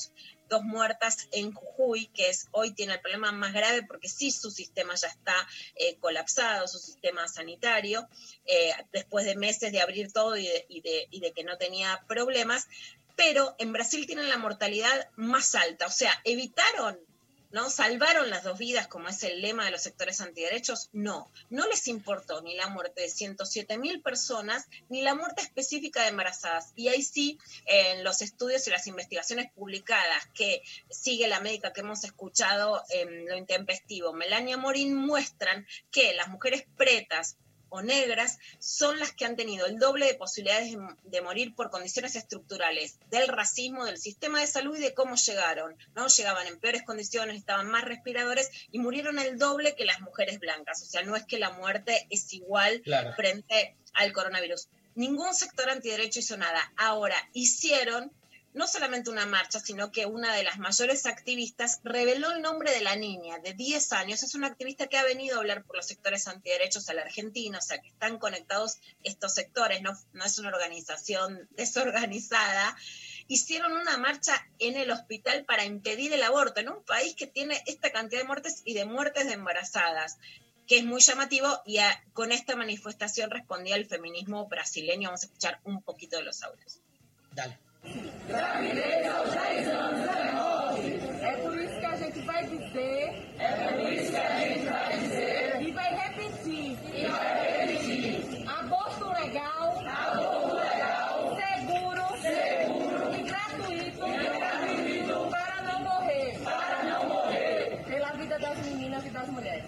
2 muertas en Jujuy, que hoy tiene el problema más grave porque sí su sistema ya está colapsado, su sistema sanitario, después de meses de abrir todo y de que no tenía problemas, pero en Brasil tienen la mortalidad más alta, o sea, evitaron, ¿no? ¿Salvaron las 2 vidas, como es el lema de los sectores antiderechos? No les importó ni la muerte de 107.000 personas, ni la muerte específica de embarazadas. Y ahí sí, en los estudios y las investigaciones publicadas que sigue la médica que hemos escuchado en Lo Intempestivo, Melania Morín, muestran que las mujeres pretas o negras son las que han tenido el doble de posibilidades de morir por condiciones estructurales del racismo, del sistema de salud y de cómo llegaron, ¿no? Llegaban en peores condiciones, estaban más respiradores y murieron el doble que las mujeres blancas. O sea, no es que la muerte es igual frente al coronavirus. Ningún sector antiderecho hizo nada. Ahora, hicieron no solamente una marcha, sino que una de las mayores activistas reveló el nombre de la niña de 10 años. Es una activista que ha venido a hablar por los sectores antiderechos a la Argentina, o sea, que están conectados estos sectores, no es una organización desorganizada. Hicieron una marcha en el hospital para impedir el aborto, en un país que tiene esta cantidad de muertes y de muertes de embarazadas, que es muy llamativo, y con esta manifestación respondía el feminismo brasileño. Vamos a escuchar un poquito de los audios. Dale. É por isso que a gente vai dizer. E vai repetir. Aborto legal. Seguro. E gratuito. Para não morrer. Pela vida das meninas e das mulheres.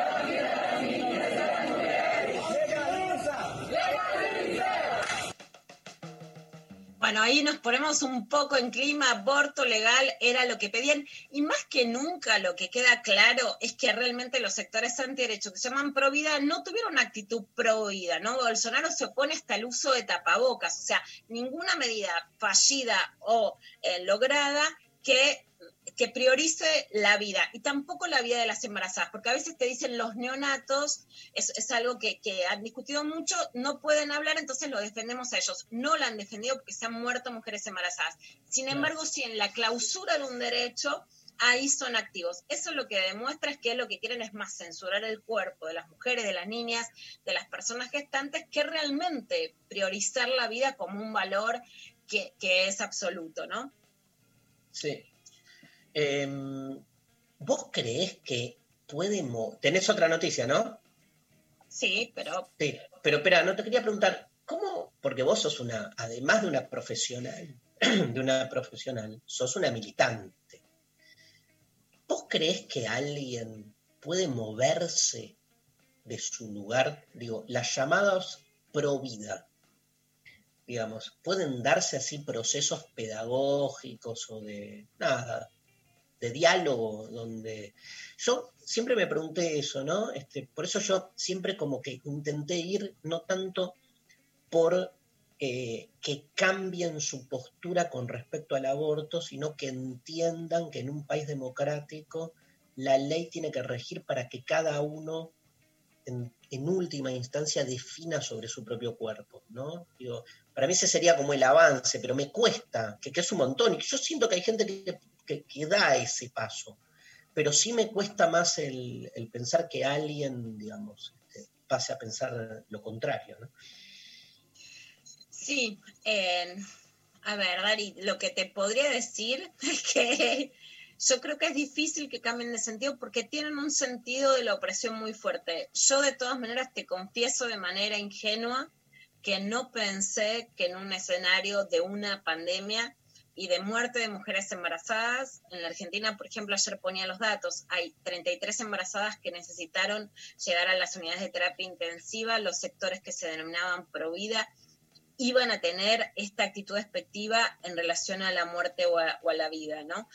Bueno, ahí nos ponemos un poco en clima. Aborto legal era lo que pedían, y más que nunca lo que queda claro es que realmente los sectores antiderechos que se llaman pro vida no tuvieron una actitud pro vida, ¿no? Bolsonaro se opone hasta el uso de tapabocas, o sea, ninguna medida fallida o lograda que priorice la vida, y tampoco la vida de las embarazadas, porque a veces te dicen los neonatos, es algo que han discutido mucho, no pueden hablar, entonces lo defendemos a ellos. No la han defendido porque se han muerto mujeres embarazadas. Sin embargo, si en la clausura de un derecho, ahí son activos. Eso lo que demuestra es que lo que quieren es más censurar el cuerpo de las mujeres, de las niñas, de las personas gestantes, que realmente priorizar la vida como un valor que es absoluto, ¿no? Sí. ¿Vos creés que tenés otra noticia, no? Sí, pero... Sí, pero espera, no te quería preguntar, ¿cómo? Porque vos sos además de una profesional, sos una militante. ¿Vos creés que alguien puede moverse de su lugar? Digo, las llamadas pro vida, digamos, ¿pueden darse así procesos pedagógicos o de diálogo, donde yo siempre me pregunté eso, ¿no? Por eso yo siempre como que intenté ir no tanto por que cambien su postura con respecto al aborto, sino que entiendan que en un país democrático la ley tiene que regir para que cada uno en última instancia defina sobre su propio cuerpo, ¿no? Digo, para mí ese sería como el avance, pero me cuesta, que es un montón, y yo siento que hay gente que da ese paso, pero sí me cuesta más el pensar que alguien, digamos, pase a pensar lo contrario, ¿no? Sí, a ver, Dari, lo que te podría decir es que yo creo que es difícil que cambien de sentido porque tienen un sentido de la opresión muy fuerte. Yo de todas maneras te confieso de manera ingenua que no pensé que en un escenario de una pandemia y de muerte de mujeres embarazadas, en la Argentina, por ejemplo, ayer ponía los datos, hay 33 embarazadas que necesitaron llegar a las unidades de terapia intensiva, los sectores que se denominaban pro vida iban a tener esta actitud despectiva en relación a la muerte o a la vida, ¿no?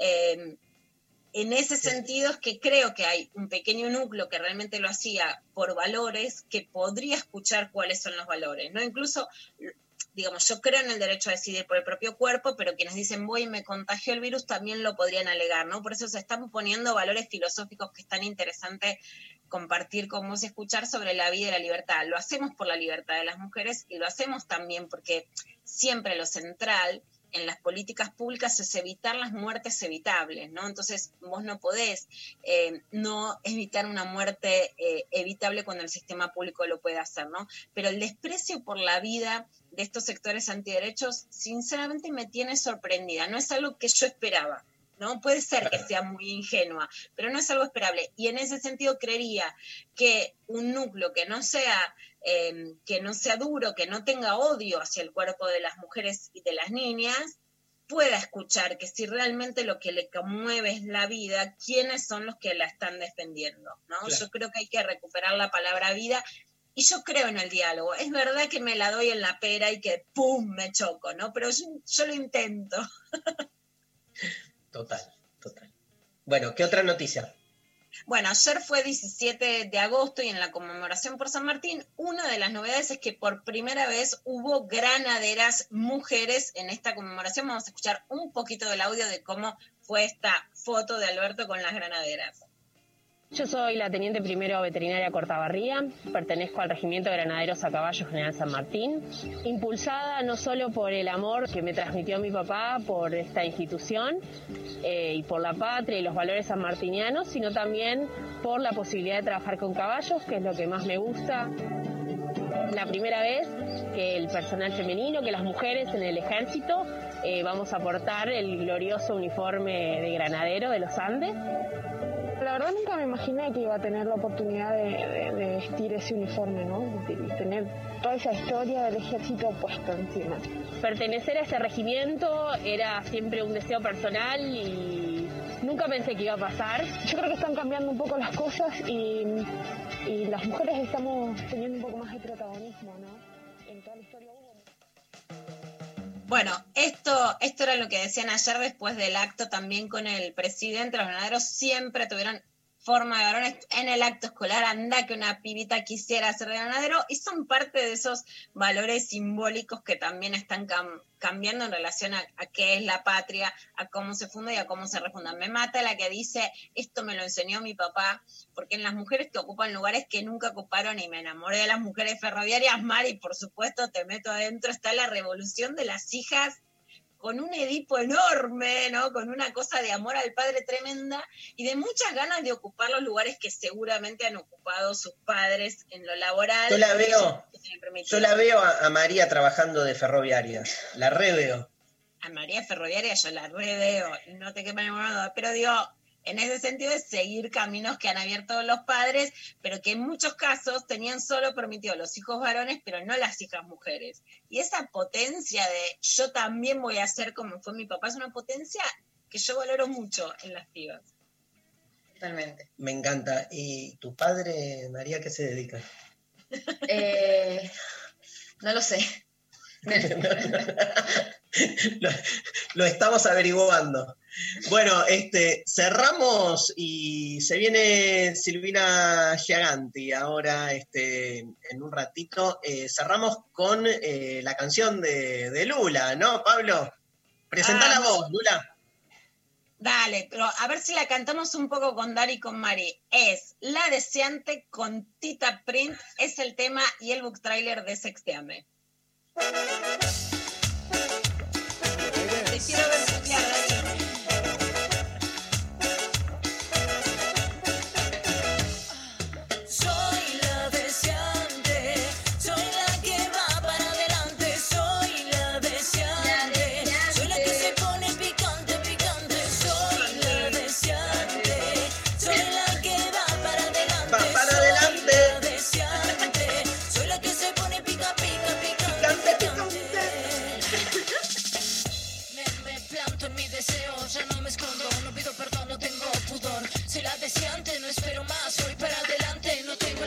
En ese sentido es que creo que hay un pequeño núcleo que realmente lo hacía por valores, que podría escuchar cuáles son los valores, ¿no? Incluso, digamos, yo creo en el derecho a decidir por el propio cuerpo, pero quienes dicen voy y me contagió el virus también lo podrían alegar, ¿no? Por eso se están poniendo valores filosóficos que es tan interesante compartir con vos y escuchar sobre la vida y la libertad. Lo hacemos por la libertad de las mujeres y lo hacemos también porque siempre lo central en las políticas públicas es evitar las muertes evitables, ¿no? Entonces vos no podés no evitar una muerte evitable cuando el sistema público lo puede hacer, ¿no? Pero el desprecio por la vida de estos sectores antiderechos, sinceramente me tiene sorprendida. No es algo que yo esperaba, ¿no? Puede ser que sea muy ingenua, pero no es algo esperable. Y en ese sentido creería que un núcleo que no sea duro, que no tenga odio hacia el cuerpo de las mujeres y de las niñas, pueda escuchar que si realmente lo que le conmueve es la vida, ¿quiénes son los que la están defendiendo? ¿No? Claro. Yo creo que hay que recuperar la palabra vida. Y yo creo en el diálogo. Es verdad que me la doy en la pera y que ¡pum! Me choco, ¿no? Pero yo lo intento. Total. Bueno, ¿qué otra noticia? Bueno, ayer fue 17 de agosto y en la conmemoración por San Martín, una de las novedades es que por primera vez hubo granaderas mujeres en esta conmemoración. Vamos a escuchar un poquito del audio de cómo fue esta foto de Alberto con las granaderas. Yo soy la teniente primero veterinaria Cortabarría, pertenezco al Regimiento de Granaderos a Caballo General San Martín, impulsada no solo por el amor que me transmitió mi papá por esta institución y por la patria y los valores sanmartinianos, sino también por la posibilidad de trabajar con caballos, que es lo que más me gusta. La primera vez que el personal femenino, que las mujeres en el ejército, vamos a portar el glorioso uniforme de granadero de los Andes. La verdad nunca me imaginé que iba a tener la oportunidad de vestir ese uniforme, ¿no? De tener toda esa historia del ejército puesto encima. Pertenecer a ese regimiento era siempre un deseo personal y nunca pensé que iba a pasar. Yo creo que están cambiando un poco las cosas y las mujeres estamos teniendo un poco más de protagonismo, ¿no? En toda la historia hubo. Bueno, esto era lo que decían ayer después del acto también con el presidente. Los granaderos siempre tuvieron forma de varones. En el acto escolar, anda que una pibita quisiera ser granadero, y son parte de esos valores simbólicos que también están cambiando en relación a qué es la patria, a cómo se funda y a cómo se refunda. Me mata la que dice, esto me lo enseñó mi papá, porque en las mujeres que ocupan lugares que nunca ocuparon, y me enamoré de las mujeres ferroviarias, Mari, por supuesto, te meto adentro, está la revolución de las hijas, con un Edipo enorme, ¿no? Con una cosa de amor al padre tremenda y de muchas ganas de ocupar los lugares que seguramente han ocupado sus padres en lo laboral. Yo la veo a María trabajando de ferroviaria, la reveo. A María ferroviaria yo la reveo, no te quepa ninguna duda, pero digo, en ese sentido es seguir caminos que han abierto los padres, pero que en muchos casos tenían solo permitido los hijos varones, pero no las hijas mujeres. Y esa potencia de yo también voy a ser como fue mi papá, es una potencia que yo valoro mucho en las pibas. Totalmente. Me encanta. ¿Y tu padre, María, qué se dedica? No lo sé. Lo estamos averiguando. Bueno, cerramos y se viene Silvina Giaganti ahora en un ratito. Cerramos con la canción de Lula, ¿no, Pablo? Presentá la voz, Lula. Dale, pero a ver si la cantamos un poco con Dari y con Mari. Es La Deseante con Tita Print, es el tema y el book trailer de Sexteame. Te quiero ver soñar, Dari. Soy la deseante, soy la que va para adelante, soy la deseante, soy la que se pone picante, picante, soy la deseante, soy la que va para adelante, soy la deseante, soy la que se pone pica, pica, picante, picante. Me planto en mi deseo, ya no me escondo, no pido perdón, no tengo pudor, soy la deseante, no espero más, voy para adelante, no tengo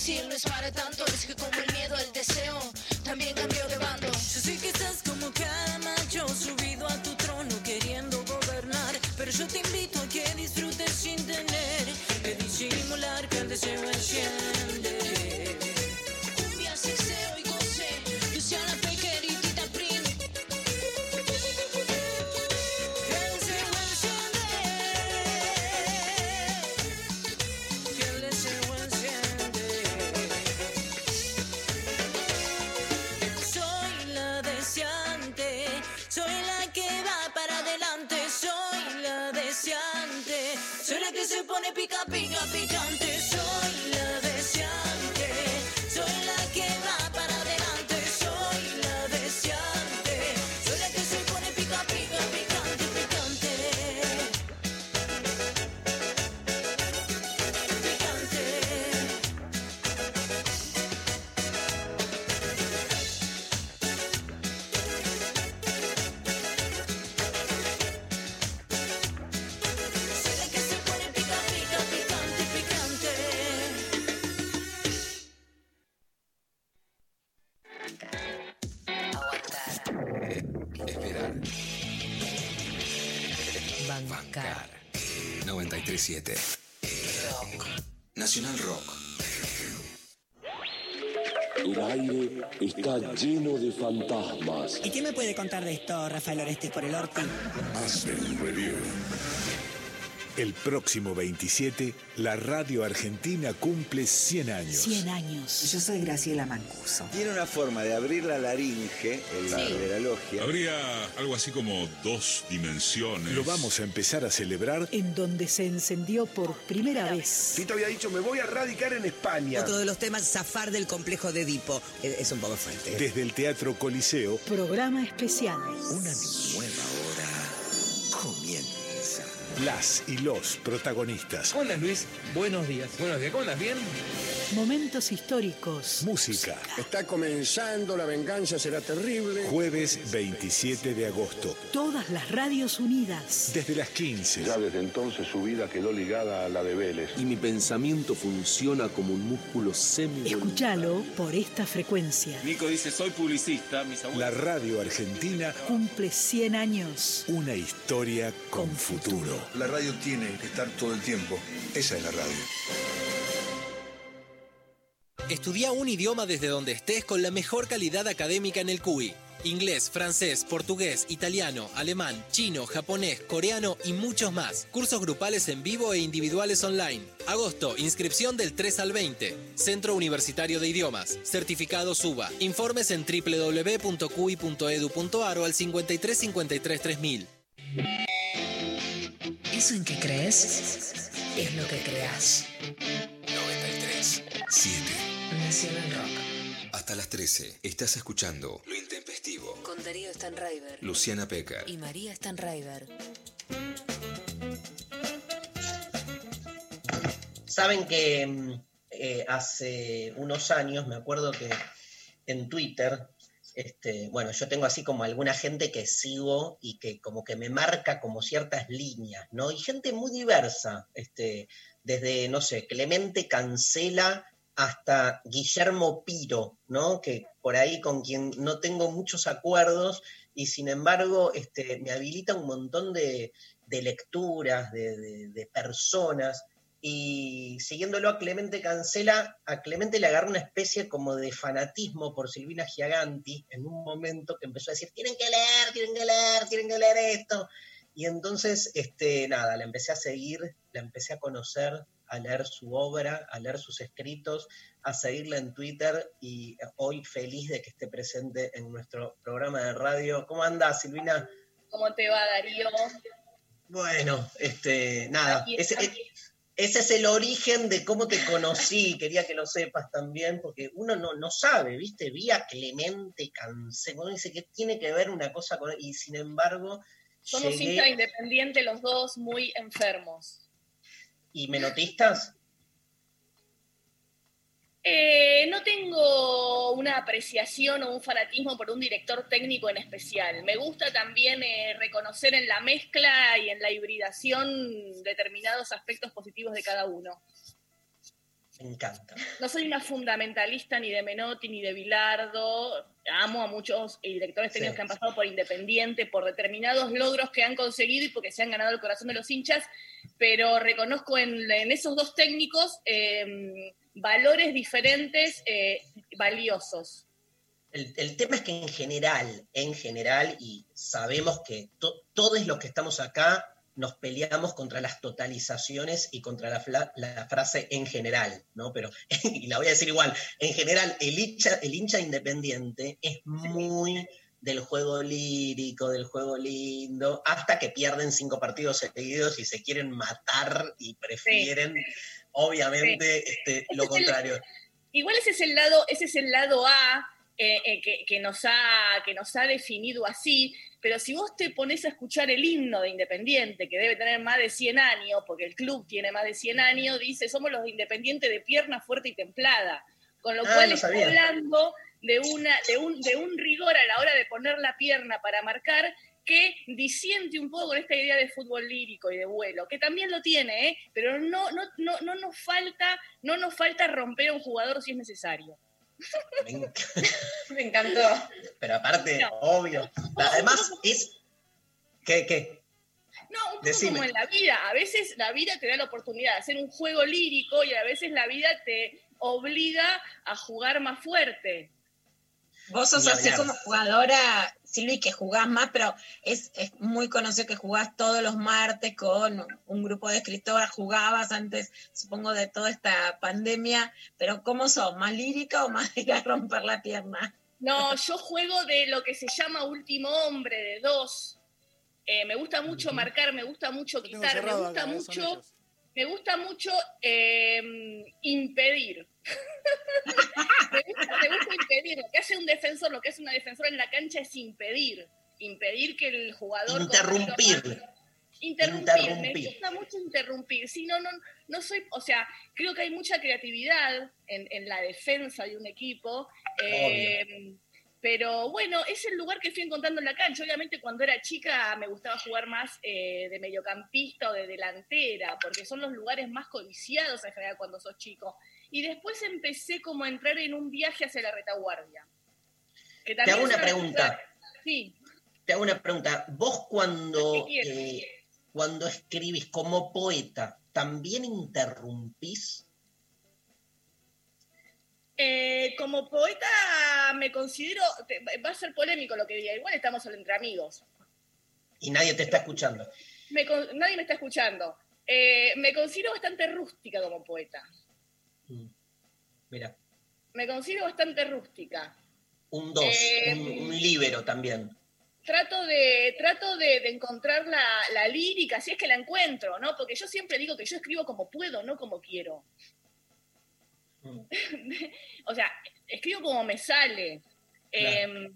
difícil, no es para tanto. Es que como el miedo, el deseo también cambió de bando. Yo sé que estás como cada macho subido a tu trono queriendo gobernar, pero yo te invito a que disfrutes sin tener que disimular que el deseo enciende. Cumbia, sexeo y goce, Luciana Pecker y Tita Prim. Que el deseo enciende, que el deseo enciende. Soy la deseante, soy la que va para adelante, soy la deseante, soy la que se pone pica, pica, picante, soy la deseante, soy la que va para adelante, soy la deseante, soy la que se pone pica, pica, picante, picante, picante. Soy la que se pone pica, pica, picante, picante. Esperar. Bancar. 93.7. Rock. Nacional Rock. El aire está lleno de fantasmas. ¿Y qué me puede contar de esto, Rafael Orestes por el Orti? Hacen review. El próximo 27, la radio argentina cumple 100 años. 100 años. Yo soy Graciela Mancuso. Tiene una forma de abrir la laringe de la logia. Habría algo así como 2 dimensiones. Lo vamos a empezar a celebrar En donde se encendió por primera vez. Tito había dicho, me voy a radicar en España. Otro de los temas, zafar del complejo de Edipo. Es un poco fuerte. desde el Teatro Coliseo. Programa especial. Una nueva hora comienza. Las y los protagonistas. ¿Cómo andas, Luis? Buenos días. Buenos días. ¿Cómo andas? ¿Bien? Momentos históricos. Música. Está comenzando, la venganza será terrible. Jueves 27 de agosto. Todas las radios unidas. Desde las 15. Ya desde entonces su vida quedó ligada a la de Vélez. Y mi pensamiento funciona como un músculo semi. Escúchalo por esta frecuencia. Nico dice, soy publicista, mis abuelos. La radio argentina Cumple 100 años. Una historia con futuro. La radio tiene que estar todo el tiempo. Esa es la radio. Estudia un idioma desde donde estés con la mejor calidad académica en el CUI. Inglés, francés, portugués, italiano, alemán, chino, japonés, coreano y muchos más. Cursos grupales en vivo e individuales online. Agosto, inscripción del 3 al 20. Centro Universitario de Idiomas. Certificado SUBA. Informes en www.cui.edu.ar o al 53 53 3000. Eso en que crees es lo que creas. 93.7. Nacional Rock. Hasta las 13 estás escuchando Lo Intempestivo. Con Darío Stanraiver. Luciana Pecker. Y María Stanraiver. Saben que hace unos años, me acuerdo que en Twitter, bueno, yo tengo así como alguna gente que sigo y que como que me marca como ciertas líneas, ¿no? Y gente muy diversa, desde, no sé, Clemente Cancela hasta Guillermo Piro, ¿no? Que por ahí con quien no tengo muchos acuerdos y sin embargo me habilita un montón de lecturas, de personas. Y siguiéndolo a Clemente Cancela, a Clemente le agarró una especie como de fanatismo por Silvina Giaganti en un momento que empezó a decir, tienen que leer esto. Y entonces, nada, la empecé a seguir, la empecé a conocer, a leer su obra, a leer sus escritos, a seguirla en Twitter y hoy feliz de que esté presente en nuestro programa de radio. ¿Cómo andás, Silvina? ¿Cómo te va, Darío? Bueno, nada, ese es el origen de cómo te conocí, quería que lo sepas también, porque uno no sabe, ¿viste? Vi a Clemente Cancela, uno dice que tiene que ver una cosa con... Y sin embargo, somos llegué... hinchas independientes los dos, muy enfermos. ¿Y menotistas? No tengo una apreciación o un fanatismo por un director técnico en especial. Me gusta también reconocer en la mezcla y en la hibridación determinados aspectos positivos de cada uno. Me encanta. No soy una fundamentalista ni de Menotti ni de Bilardo. Amo a muchos directores técnicos que han pasado por Independiente, por determinados logros que han conseguido y porque se han ganado el corazón de los hinchas, pero reconozco en esos dos técnicos valores diferentes, valiosos. El tema es que en general, y sabemos que todos los que estamos acá nos peleamos contra las totalizaciones y contra la frase en general, ¿no? Pero, y la voy a decir igual, en general, el hincha independiente es muy del juego lírico, del juego lindo, hasta que pierden 5 partidos seguidos y se quieren matar y prefieren, obviamente, lo contrario. Igual ese es el lado A, que nos ha definido así, pero si vos te pones a escuchar el himno de Independiente, que debe tener más de 100 años, porque el club tiene más de 100 años, dice, somos los de Independiente de pierna fuerte y templada, con lo cual está hablando de un rigor a la hora de poner la pierna para marcar, que disiente un poco con esta idea de fútbol lírico y de vuelo, que también lo tiene, pero no nos falta romper a un jugador si es necesario. Me encantó. Pero aparte, obvio. Además es... ¿Qué? No, un poco como en la vida. A veces la vida te da la oportunidad de hacer un juego lírico y a veces la vida te obliga a jugar más fuerte. Vos sos así como jugadora, Silvi, que jugás más, pero es muy conocido que jugás todos los martes con un grupo de escritoras, jugabas antes, supongo, de toda esta pandemia, pero ¿cómo sos? ¿Más lírica o más de ir a romper la pierna? No, yo juego de lo que se llama último hombre, de 2. Me gusta mucho marcar, me gusta mucho quitar, me gusta mucho impedir. me gusta impedir. Lo que hace un defensor, lo que hace una defensora en la cancha es impedir que el jugador... Interrumpir. Me gusta mucho interrumpir. Sí, no soy... O sea, creo que hay mucha creatividad en la defensa de un equipo. Pero bueno, es el lugar que fui encontrando en la cancha. Obviamente cuando era chica me gustaba jugar más de mediocampista o de delantera, porque son los lugares más codiciados en general cuando sos chico. Y después empecé como a entrar en un viaje hacia la retaguardia. Te hago una pregunta. Sí. Te hago una pregunta. Vos cuando escribís como poeta, ¿también interrumpís? Como poeta me considero, va a ser polémico lo que diga, igual estamos entre amigos. Y nadie te está escuchando. Nadie me está escuchando. Me considero bastante rústica como poeta. Mira. Me considero bastante rústica. Un 2, un líbero también. Trato de encontrar la lírica, si es que la encuentro, ¿no? Porque yo siempre digo que yo escribo como puedo, no como quiero. O sea, escribo como me sale. Claro.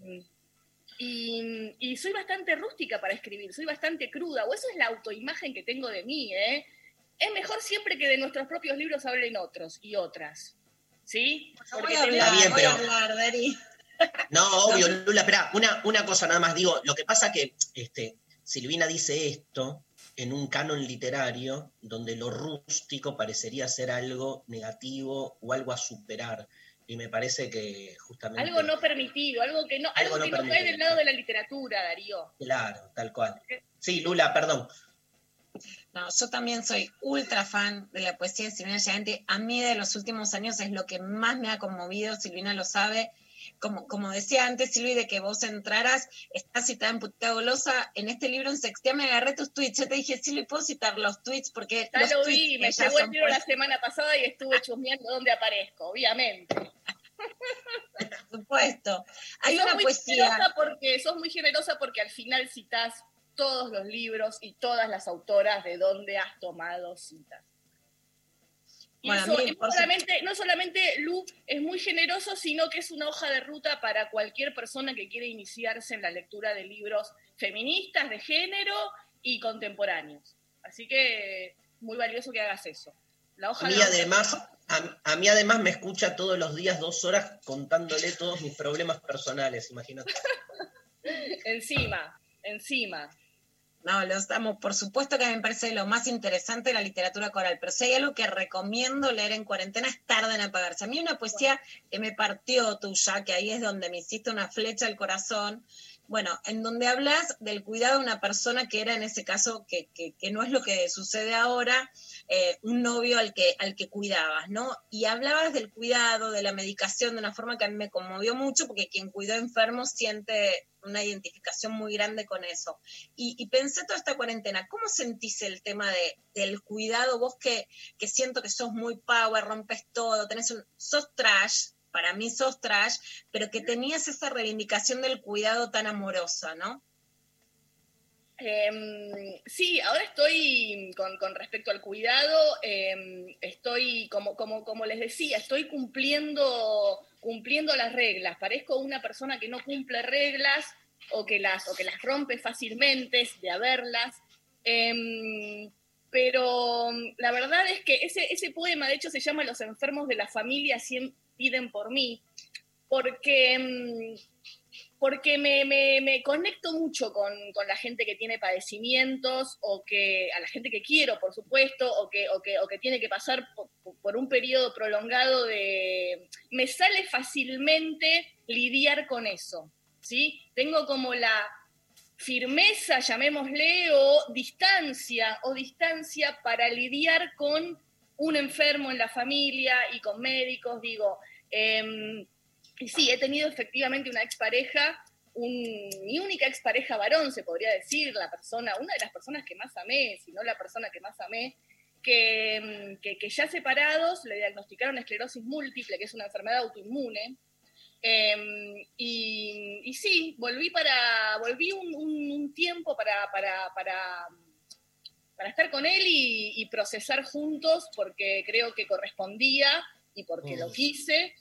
Y soy bastante rústica para escribir, soy bastante cruda, o eso es la autoimagen que tengo de mí, ¿eh? Es mejor siempre que de nuestros propios libros hablen otros y otras, ¿sí? Porque voy a hablar, Dari. No, obvio, Lula, espera, una cosa nada más, digo, lo que pasa que Silvina dice esto en un canon literario donde lo rústico parecería ser algo negativo o algo a superar. Y me parece que justamente... Algo no permitido, algo que no cae del lado de la literatura, Darío. Claro, tal cual. Sí, Lula, perdón. No, yo también soy ultra fan de la poesía de Silvina Giganti. A mí de los últimos años es lo que más me ha conmovido, Silvina lo sabe. Como decía antes, Silvi, de que vos entraras, estás citada en Putita Golosa. En este libro, en Sextea, me agarré tus tweets. Yo te dije, Silvi, ¿puedo citar los tweets? Porque ya lo vi, me llegó el libro la semana pasada y estuve chusmeando dónde aparezco, obviamente. Por supuesto. Hay sos una poesía... sos muy generosa porque al final citás todos los libros y todas las autoras de donde has tomado citas. Y bueno, eso no solamente Lu es muy generoso, sino que es una hoja de ruta para cualquier persona que quiere iniciarse en la lectura de libros feministas, de género y contemporáneos. Así que muy valioso que hagas eso. La hoja a mí además me escucha todos los días 2 horas contándole todos mis problemas personales, imagínate. Encima. No, los amo. Por supuesto que a mí me parece lo más interesante de la literatura coral, pero si hay algo que recomiendo leer en cuarentena es Tarde en apagarse. A mí una poesía que me partió tuya, que ahí es donde me hiciste una flecha al corazón, bueno, en donde hablas del cuidado de una persona que era en ese caso, que no es lo que sucede ahora, un novio al que cuidabas, ¿no? Y hablabas del cuidado, de la medicación, de una forma que a mí me conmovió mucho, porque quien cuidó enfermos siente una identificación muy grande con eso. Y pensé toda esta cuarentena, ¿cómo sentís el tema del cuidado? Vos que siento que sos muy power, rompes todo, sos trash, para mí sos trash, pero que tenías esa reivindicación del cuidado tan amorosa, ¿no? Sí, ahora estoy con respecto al cuidado, estoy, como les decía, estoy cumpliendo las reglas. Parezco una persona que no cumple reglas o que las rompe fácilmente de haberlas. Pero la verdad es que ese poema, de hecho, se llama Los enfermos de la familia piden por mí, porque me conecto mucho con la gente que tiene padecimientos, o que a la gente que quiero, por supuesto, o que tiene que pasar por un periodo prolongado me sale fácilmente lidiar con eso, ¿sí? Tengo como la firmeza, llamémosle, o distancia para lidiar con un enfermo en la familia y con médicos, digo. Y sí, he tenido efectivamente una expareja, mi única expareja varón, se podría decir, una de las personas que más amé, si no la persona que más amé, que ya separados le diagnosticaron esclerosis múltiple, que es una enfermedad autoinmune. Y sí, volví un tiempo para estar con él y procesar juntos, porque creo que correspondía y porque lo quise,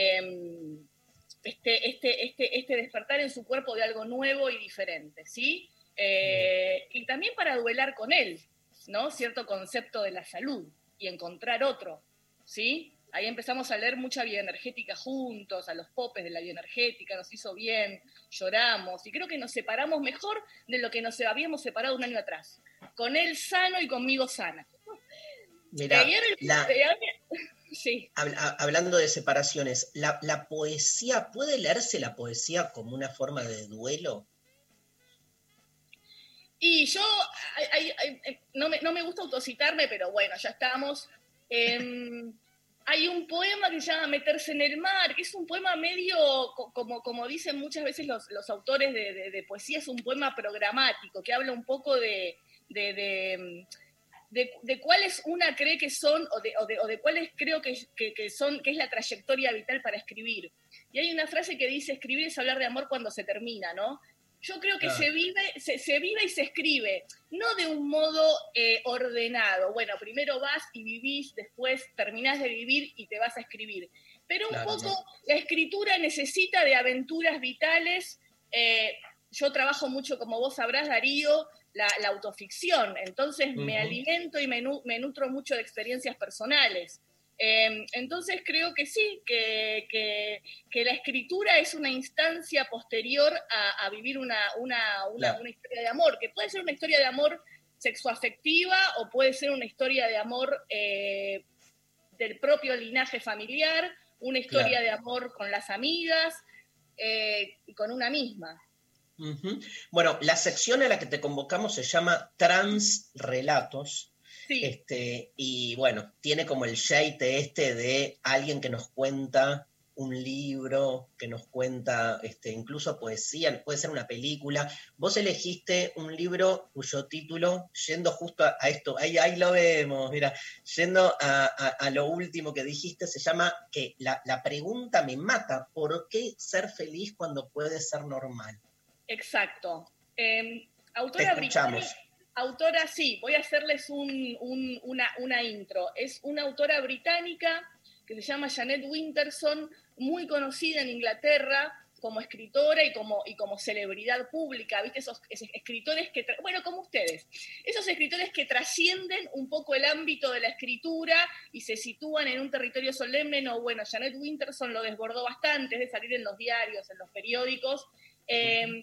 este despertar en su cuerpo de algo nuevo y diferente, ¿sí? Y también para duelar con él, ¿no? Cierto concepto de la salud y encontrar otro, ¿sí? Ahí empezamos a leer mucha bioenergética juntos, a los popes de la bioenergética, nos hizo bien, lloramos, y creo que nos separamos mejor de lo que nos habíamos separado un año atrás. Con él sano y conmigo sana. Mirá, sí. Hablando de separaciones, ¿la poesía, puede leerse la poesía como una forma de duelo? Y yo, no me gusta autocitarme, pero bueno, ya estamos. Hay un poema que se llama Meterse en el mar, que es un poema medio, como dicen muchas veces los autores de poesía, es un poema programático, que habla un poco de cuáles una cree que son, o de cuáles creo que es la trayectoria vital para escribir. Y hay una frase que dice: escribir es hablar de amor cuando se termina, ¿no? Yo creo que se vive y se escribe, no de un modo ordenado. Bueno, primero vas y vivís, después terminás de vivir y te vas a escribir. Pero un poco la escritura necesita de aventuras vitales. Yo trabajo mucho, como vos sabrás, Darío, la autoficción. Entonces me alimento y me nutro mucho de experiencias personales. Entonces creo que sí, que la escritura es una instancia posterior a vivir una historia de amor, que puede ser una historia de amor sexoafectiva o puede ser una historia de amor del propio linaje familiar, una historia de amor con las amigas y con una misma. Bueno, la sección a la que te convocamos se llama Transrelatos. Sí. Y bueno, tiene como el shade de alguien que nos cuenta un libro, que nos cuenta incluso poesía, puede ser una película. Vos elegiste un libro cuyo título, yendo justo a esto, ahí lo vemos, mira, yendo a lo último que dijiste, se llama que la pregunta me mata: ¿por qué ser feliz cuando puede ser normal? Exacto. Autora británica. Autora, sí, voy a hacerles una intro. Es una autora británica que se llama Janet Winterson, muy conocida en Inglaterra como escritora y como celebridad pública, ¿viste? Esos escritores como ustedes, esos escritores que trascienden un poco el ámbito de la escritura y se sitúan en un territorio solemne. No, bueno, Janet Winterson lo desbordó bastante, es de salir en los diarios, en los periódicos,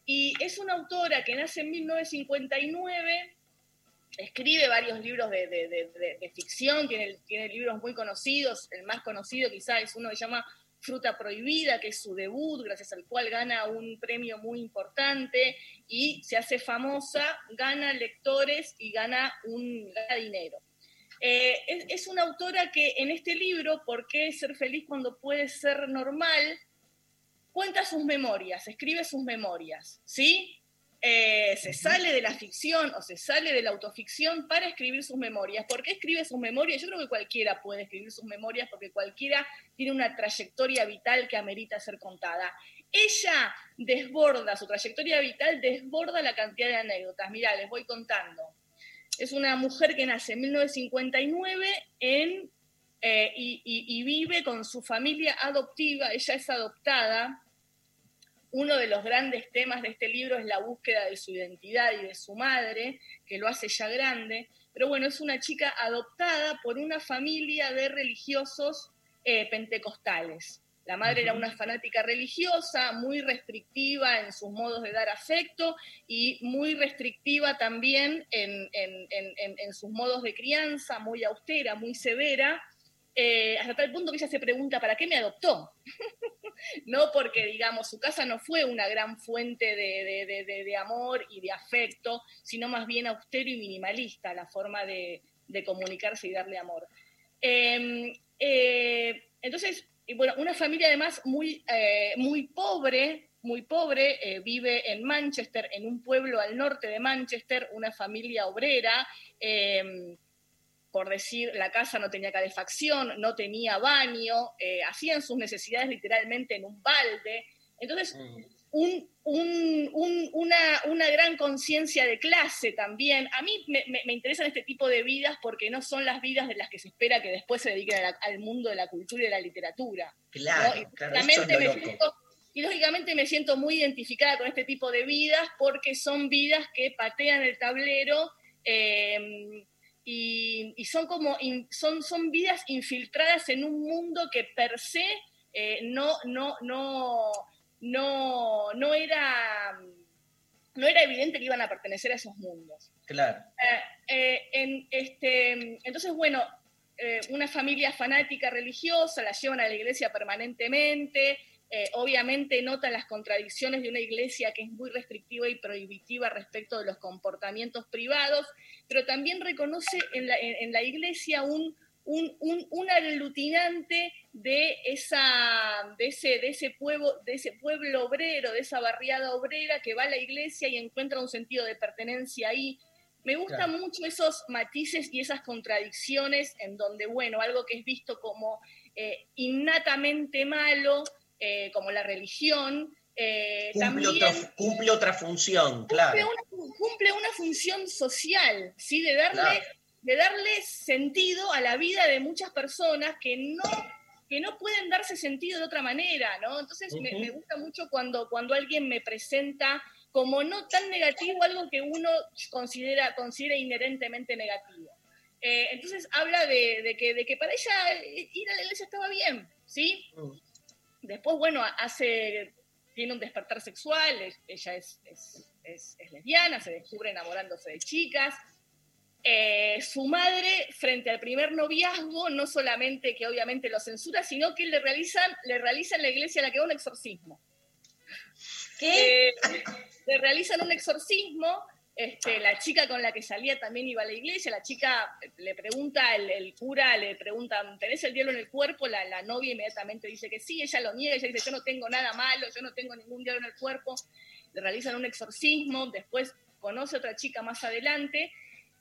Y es una autora que nace en 1959, escribe varios libros de ficción, tiene libros muy conocidos, el más conocido quizá es uno que se llama Fruta Prohibida, que es su debut, gracias al cual gana un premio muy importante y se hace famosa, gana lectores y gana dinero. Es una autora que en este libro, ¿Por qué ser feliz cuando puede ser normal?, cuenta sus memorias, escribe sus memorias, ¿sí? Se sale de la ficción o se sale de la autoficción para escribir sus memorias. ¿Por qué escribe sus memorias? Yo creo que cualquiera puede escribir sus memorias porque cualquiera tiene una trayectoria vital que amerita ser contada. Ella desborda, su trayectoria vital desborda la cantidad de anécdotas. Mirá, les voy contando. Es una mujer que nace en 1959 y vive con su familia adoptiva. Ella es adoptada. Uno de los grandes temas de este libro es la búsqueda de su identidad y de su madre, que lo hace ya grande. Pero bueno, es una chica adoptada por una familia de religiosos pentecostales. La madre era una fanática religiosa, muy restrictiva en sus modos de dar afecto y muy restrictiva también en sus modos de crianza, muy austera, muy severa, hasta tal punto que ella se pregunta, ¿para qué me adoptó? No porque, digamos, su casa no fue una gran fuente de amor y de afecto, sino más bien austero y minimalista la forma de comunicarse y darle amor. Entonces, bueno, una familia además muy pobre, vive en Manchester, en un pueblo al norte de Manchester, una familia obrera, por decir, la casa no tenía calefacción, no tenía baño, hacían sus necesidades literalmente en un balde. Entonces, una gran conciencia de clase también. A mí me interesan este tipo de vidas porque no son las vidas de las que se espera que después se dediquen al mundo de la cultura y de la literatura. Claro, ¿no? claro, eso es lo loco. Y lógicamente me siento muy identificada con este tipo de vidas porque son vidas que patean el tablero y son como son vidas infiltradas en un mundo que per se no era evidente que iban a pertenecer a esos mundos. Claro. Entonces, bueno, una familia fanática religiosa, la llevan a la iglesia permanentemente, obviamente nota las contradicciones de una iglesia que es muy restrictiva y prohibitiva respecto de los comportamientos privados, pero también reconoce en la iglesia un aglutinante de ese pueblo obrero, de esa barriada obrera que va a la iglesia y encuentra un sentido de pertenencia ahí. Me gustan mucho esos matices y esas contradicciones en donde, bueno, algo que es visto como innatamente malo, como la religión, cumple otra función, claro. Cumple una función social, ¿sí? De darle sentido a la vida de muchas personas que no pueden darse sentido de otra manera, ¿no? Entonces me gusta mucho cuando alguien me presenta como no tan negativo algo que uno considera inherentemente negativo. Entonces habla de que para ella ir a la iglesia estaba bien, ¿sí? Después, bueno, tiene un despertar sexual, ella es lesbiana, se descubre enamorándose de chicas. Su madre, frente al primer noviazgo, no solamente que obviamente lo censura, sino que le realizan en la iglesia la que va un exorcismo. ¿Qué? Le realizan un exorcismo. La chica con la que salía también iba a la iglesia. La chica le pregunta, el cura le pregunta, ¿tenés el diablo en el cuerpo? La novia inmediatamente dice que sí, ella lo niega, ella dice, yo no tengo nada malo, yo no tengo ningún diablo en el cuerpo. Le realizan un exorcismo, después conoce a otra chica más adelante,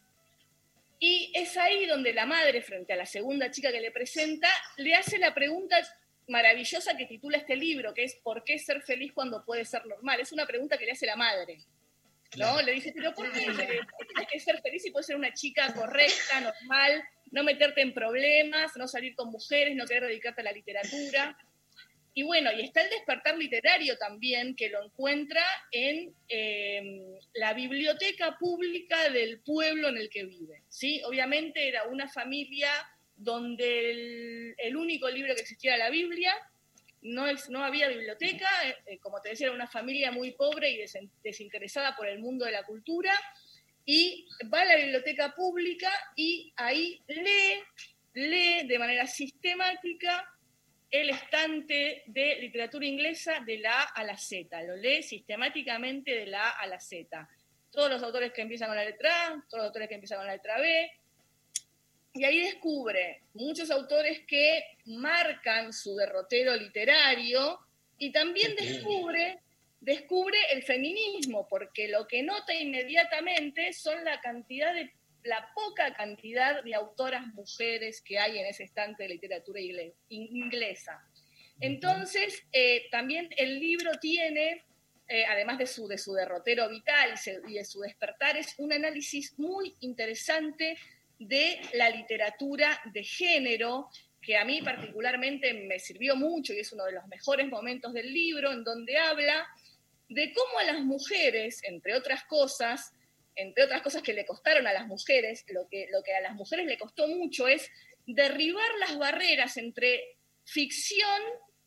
y es ahí donde la madre, frente a la segunda chica que le presenta, le hace la pregunta maravillosa que titula este libro, que es ¿por qué ser feliz cuando puede ser normal? Es una pregunta que le hace la madre. ¿No? Le dice, pero ¿por qué tienes que ser feliz si puedes ser una chica correcta, normal, no meterte en problemas, no salir con mujeres, no querer dedicarte a la literatura? Y bueno, y está el despertar literario también, que lo encuentra en la biblioteca pública del pueblo en el que vive, ¿sí? Obviamente era una familia donde el único libro que existía era la Biblia, no había biblioteca, como te decía, era una familia muy pobre y desinteresada por el mundo de la cultura, y va a la biblioteca pública y ahí lee de manera sistemática el estante de literatura inglesa de la A a la Z, lo lee sistemáticamente de la A a la Z. Todos los autores que empiezan con la letra A, todos los autores que empiezan con la letra B, y ahí descubre muchos autores que marcan su derrotero literario, y también descubre el feminismo, porque lo que nota inmediatamente son la poca cantidad de autoras mujeres que hay en ese estante de literatura inglesa. Entonces, también el libro tiene, además de su derrotero vital y de su despertar, es un análisis muy interesante de la literatura de género, que a mí particularmente me sirvió mucho y es uno de los mejores momentos del libro, en donde habla de cómo a las mujeres, entre otras cosas que le costaron a las mujeres, lo que a las mujeres le costó mucho es derribar las barreras entre ficción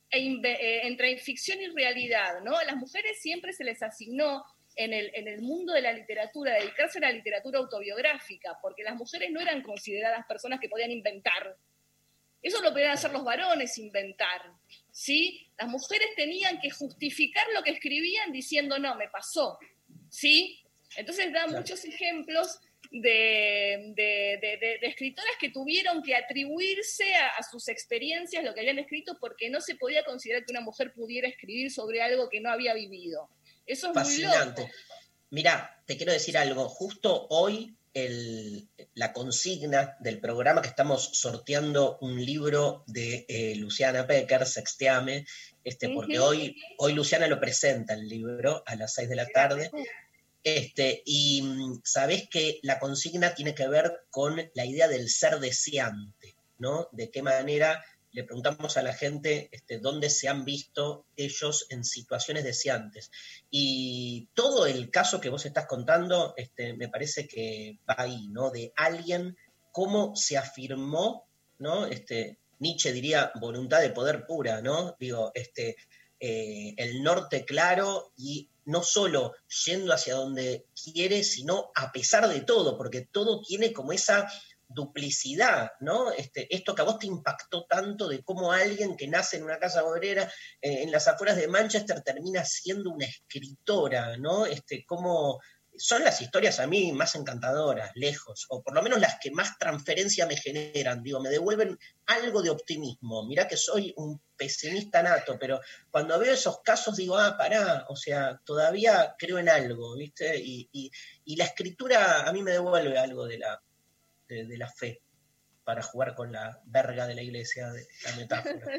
y realidad, ¿no? A las mujeres siempre se les asignó en el mundo de la literatura dedicarse a la literatura autobiográfica, porque las mujeres no eran consideradas personas que podían inventar. Eso lo podían hacer los varones, inventar, ¿sí? Las mujeres tenían que justificar lo que escribían diciendo, no, me pasó, ¿sí? Entonces da muchos ejemplos de escritoras que tuvieron que atribuirse a sus experiencias lo que habían escrito, porque no se podía considerar que una mujer pudiera escribir sobre algo que no había vivido. Eso es fascinante. Muy loco. Mirá, te quiero decir algo. Justo hoy la consigna del programa, que estamos sorteando un libro de Luciana Pecker, Sexteame, porque hoy Luciana lo presenta el libro a las 6 de la tarde. Y sabés que la consigna tiene que ver con la idea del ser deseante, ¿no? De qué manera le preguntamos a la gente dónde se han visto ellos en situaciones deseantes. Y todo el caso que vos estás contando me parece que va ahí, ¿no? De alguien, cómo se afirmó, ¿no? Nietzsche diría voluntad de poder pura, ¿no? Digo, el norte claro, y no solo yendo hacia donde quiere, sino a pesar de todo, porque todo tiene como esa duplicidad, ¿no? Esto que a vos te impactó tanto de cómo alguien que nace en una casa obrera en las afueras de Manchester termina siendo una escritora, ¿no? Cómo son las historias a mí más encantadoras, lejos, o por lo menos las que más transferencia me generan, digo, me devuelven algo de optimismo. Mirá que soy un pesimista nato, pero cuando veo esos casos digo, pará, o sea, todavía creo en algo, ¿viste? Y la escritura a mí me devuelve algo de la fe, para jugar con la verga de la iglesia, de la metáfora.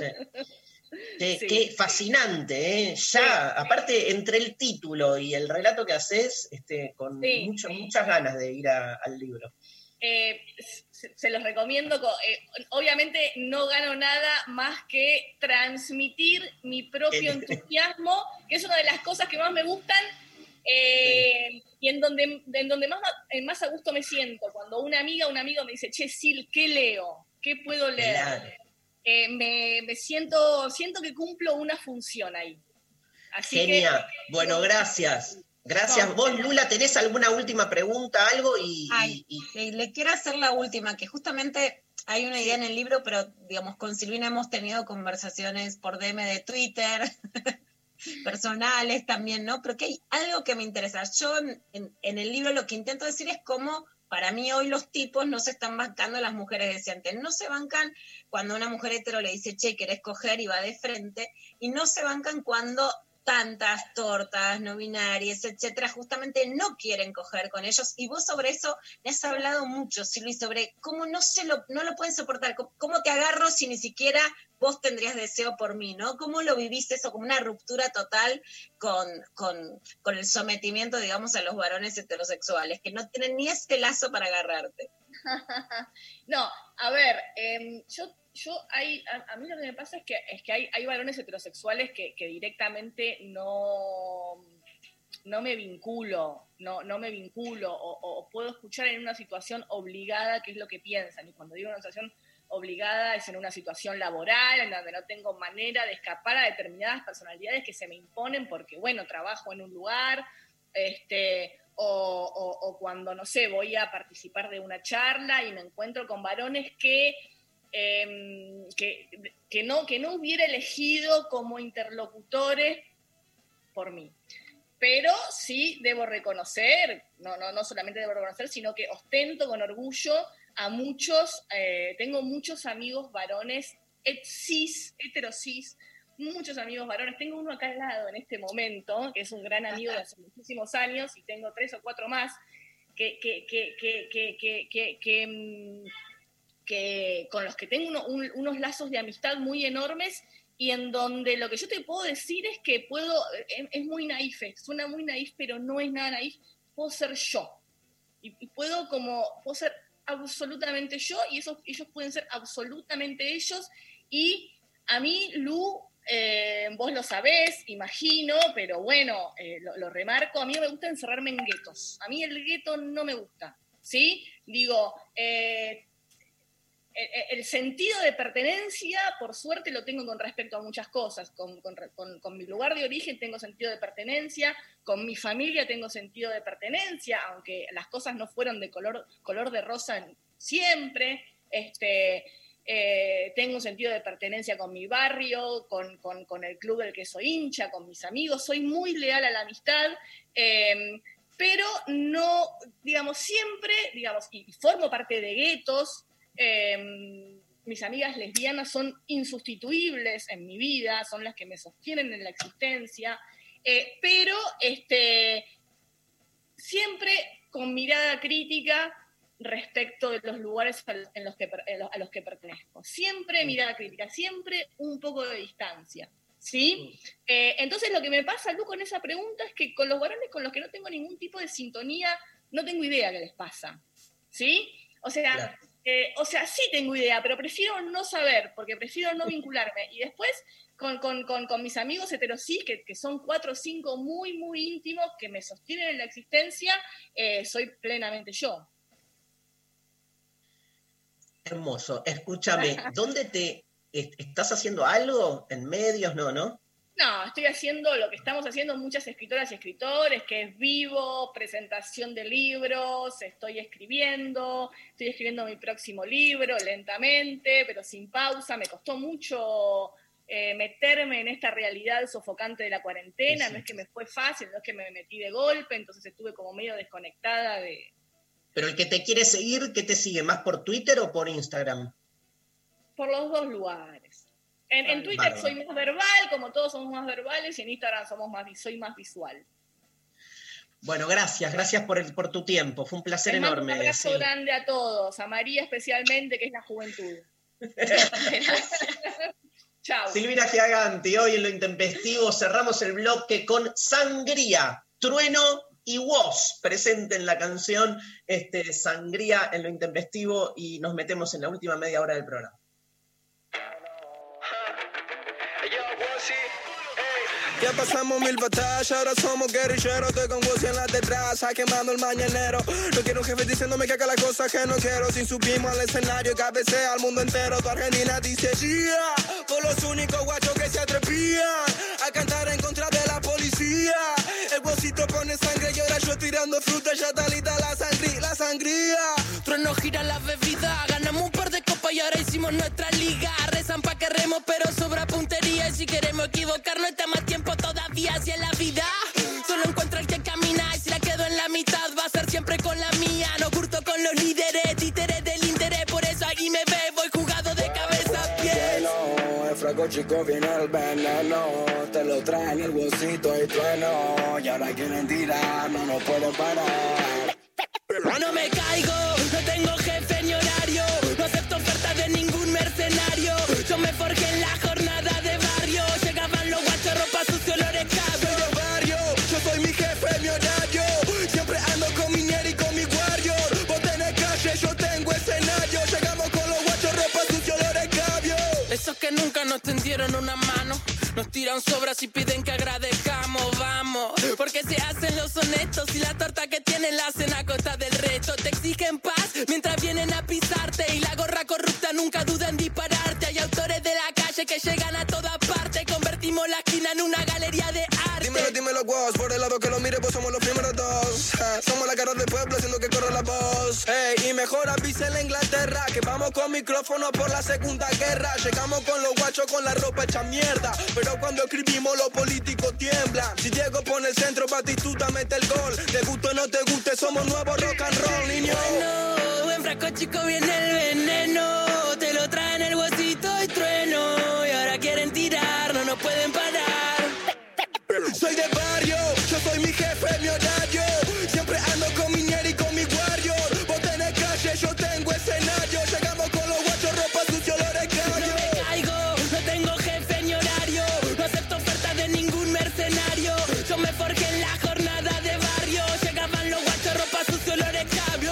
Qué fascinante, ¿eh? Ya, aparte, entre el título y el relato que haces, con muchas ganas de ir al libro. Se los recomiendo. Obviamente no gano nada más que transmitir mi propio entusiasmo, que es una de las cosas que más me gustan. Y en donde más a gusto me siento, cuando un amigo me dice, che, Sil, ¿qué leo? ¿Qué puedo leer? Claro. Me siento que cumplo una función ahí. Así genial. Bueno, gracias. Gracias. ¿Vos, Lula, tenés alguna última pregunta, algo? Le quiero hacer la última, que justamente hay una idea en el libro, pero digamos, con Silvina hemos tenido conversaciones por DM de Twitter, personales también, ¿no? Pero que hay algo que me interesa. Yo en el libro lo que intento decir es cómo para mí hoy los tipos no se están bancando a las mujeres deseantes. No se bancan cuando una mujer hetero le dice, che, querés coger, y va de frente, y no se bancan cuando tantas tortas, no binarias, etcétera, justamente no quieren coger con ellos. Y vos sobre eso me has hablado mucho, Silvi, sobre cómo no lo pueden soportar, cómo te agarro si ni siquiera vos tendrías deseo por mí, ¿no? ¿Cómo lo viviste eso como una ruptura total con el sometimiento, digamos, a los varones heterosexuales, que no tienen ni este lazo para agarrarte? No, a ver, a mí lo que me pasa es que hay varones heterosexuales que directamente no me vinculo, o puedo escuchar en una situación obligada qué es lo que piensan, y cuando digo una situación obligada, es en una situación laboral, en donde no tengo manera de escapar a determinadas personalidades que se me imponen porque, bueno, trabajo en un lugar, o cuando, no sé, voy a participar de una charla y me encuentro con varones que no hubiera elegido como interlocutores por mí. Pero sí debo reconocer, no solamente debo reconocer, sino que ostento con orgullo a muchos, tengo muchos amigos varones heterosis, muchos amigos varones. Tengo uno acá al lado en este momento, que es un gran amigo de hace muchísimos años, y tengo 3 o 4 más que con los que tengo unos lazos de amistad muy enormes, y en donde lo que yo te puedo decir es que es muy naif, suena muy naif, pero no es nada naif, puedo ser yo, y puedo ser absolutamente yo, y ellos pueden ser absolutamente ellos, y a mí, Lu, vos lo sabés, imagino, pero bueno, lo remarco, a mí me gusta encerrarme en guetos, a mí el gueto no me gusta, ¿sí? Digo, el sentido de pertenencia, por suerte, lo tengo con respecto a muchas cosas. Con mi lugar de origen tengo sentido de pertenencia, con mi familia tengo sentido de pertenencia, aunque las cosas no fueron de color de rosa siempre. Tengo un sentido de pertenencia con mi barrio, con el club del que soy hincha, con mis amigos. Soy muy leal a la amistad, pero no, digamos, siempre, digamos, y formo parte de guetos. Mis amigas lesbianas son insustituibles en mi vida, son las que me sostienen en la existencia, pero siempre con mirada crítica respecto de los lugares a los que pertenezco. Siempre mirada crítica, siempre un poco de distancia, ¿sí? Entonces lo que me pasa, Lu, con esa pregunta es que con los varones con los que no tengo ningún tipo de sintonía, no tengo idea qué les pasa, ¿sí? O sea... Claro. Sí tengo idea, pero prefiero no saber, porque prefiero no vincularme. Y después, con mis amigos heterosis, que son 4 o 5 muy, muy íntimos, que me sostienen en la existencia, soy plenamente yo. Hermoso. Escúchame, ¿dónde estás haciendo algo? ¿En medios? No. No, estoy haciendo lo que estamos haciendo muchas escritoras y escritores, que es vivo, presentación de libros, estoy escribiendo mi próximo libro lentamente, pero sin pausa. Me costó mucho meterme en esta realidad sofocante de la cuarentena, sí. No es que me fue fácil, no es que me metí de golpe, entonces estuve como medio desconectada de... Pero el que te quiere seguir, ¿qué te sigue? ¿Más por Twitter o por Instagram? Por los dos lugares. En Twitter soy más verbal, como todos somos más verbales, y en Instagram soy más visual. Bueno, gracias por tu tiempo, fue un placer enorme. Un abrazo grande a todos, a María especialmente, que es la juventud. Chao. Silvina Giaganti, hoy en Lo Intempestivo cerramos el bloque con Sangría, Trueno y Woz. Presenten la canción Sangría en Lo Intempestivo y nos metemos en la última media hora del programa. Ya pasamos 1000 batallas, ahora somos guerrilleros. Estoy con Woz en la detrás, quemando el mañanero. No quiero un jefe diciéndome que haga las cosas que no quiero. Si subimos al escenario, cabecea al mundo entero. Tu Argentina dice yeah, por los únicos guachos que se atrevían a cantar en contra de la policía. El Wozito pone sangre y ahora yo tirando fruta. Ya está lista la sangría. Trueno gira la bebida, ganamos un par de copas y ahora hicimos nuestra liga. Rezan pa' que remos, pero sobra puntería. Y si queremos equivocarnos, está más tiempo todavía hacia la vida. Solo encuentro el que camina y si la quedo en la mitad va a ser siempre con la mía. No curto con los líderes, títeres del interés. Por eso ahí me ve, voy jugado de cabeza a pies. El fraco chico viene el veneno. Te lo traen el Wozito y Trueno. Y ahora quieren tirar, no nos pueden parar. No me caigo, no tengo jefe ni horario. No acepto ofertas de ningún mercenario. Yo me forjé en la jornada de barrio. Llegaban los guachos, ropa sucio, olores cabros. Soy de barrio, yo soy mi jefe, mi horario. Siempre ando con mi Nier y con mi Warrior. Vos tenés calle, yo tengo escenario. Llegamos con los guachos, ropa sucio, olores cabros. Esos que nunca nos tendieron una mano, nos tiran sobras y piden que agradezcamos, vamos. Porque se hacen los honestos y la torta que tienen la hacen a costa del resto. Te exigen paz mientras vienen a pisarte y la gorra corrupta nunca duda flashes que llegan a toda parte. Convertimos la esquina en una galería de arte. Dímelo, guas, por el lado que lo mire, pues somos los primeros dos. Somos la cara del pueblo haciendo que corra la voz. Y mejor avísele a Inglaterra que vamos con micrófono por la Segunda Guerra. Llegamos con los guachos con la ropa hecha mierda, pero cuando escribimos los políticos tiemblan. Si Diego pone el centro, Batistuta mete el gol. Te guste o no te guste, somos nuevo rock and roll, niño. Bueno, en frasco chico viene el veneno. Te lo traen el huesito y trueno. Y ahora quieren tirar, no nos pueden parar. Soy de barrio, yo soy mi jefe, mi horario. Siempre ando con mi ñera y con mi warrior. Vos tenés calle, yo tengo escenario. Llegamos con los guachos, ropa sucia, olor de callo. No me caigo, no tengo jefe ni horario. No acepto ofertas de ningún mercenario. Yo me forjé en la jornada de barrio. Llegaban los guachos, ropa sucia, olor de cabrio.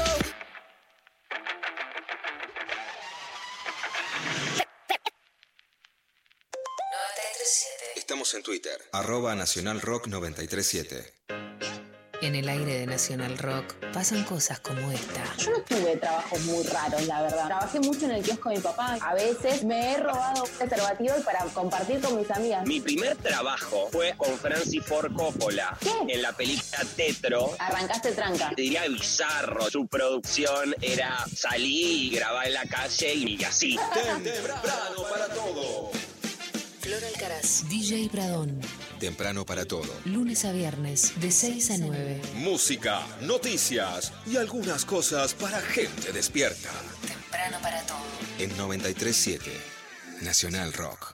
Estamos en Twitter, @NacionalRock937. En el aire de Nacional Rock pasan cosas como esta. Yo no tuve trabajos muy raros, la verdad. Trabajé mucho en el kiosco de mi papá. A veces me he robado preservativos para compartir con mis amigas. Mi primer trabajo fue con Francis Ford Coppola. ¿Qué? En la película Tetro. Arrancaste tranca. Te diría bizarro. Su producción era salir y grabar en la calle y así. Temprano para todo. Flor Alcaraz, DJ Pradón. Temprano para todo. Lunes a viernes, de 6 a 9. Música, noticias y algunas cosas para gente despierta. Temprano para todo. En 93.7, Nacional Rock.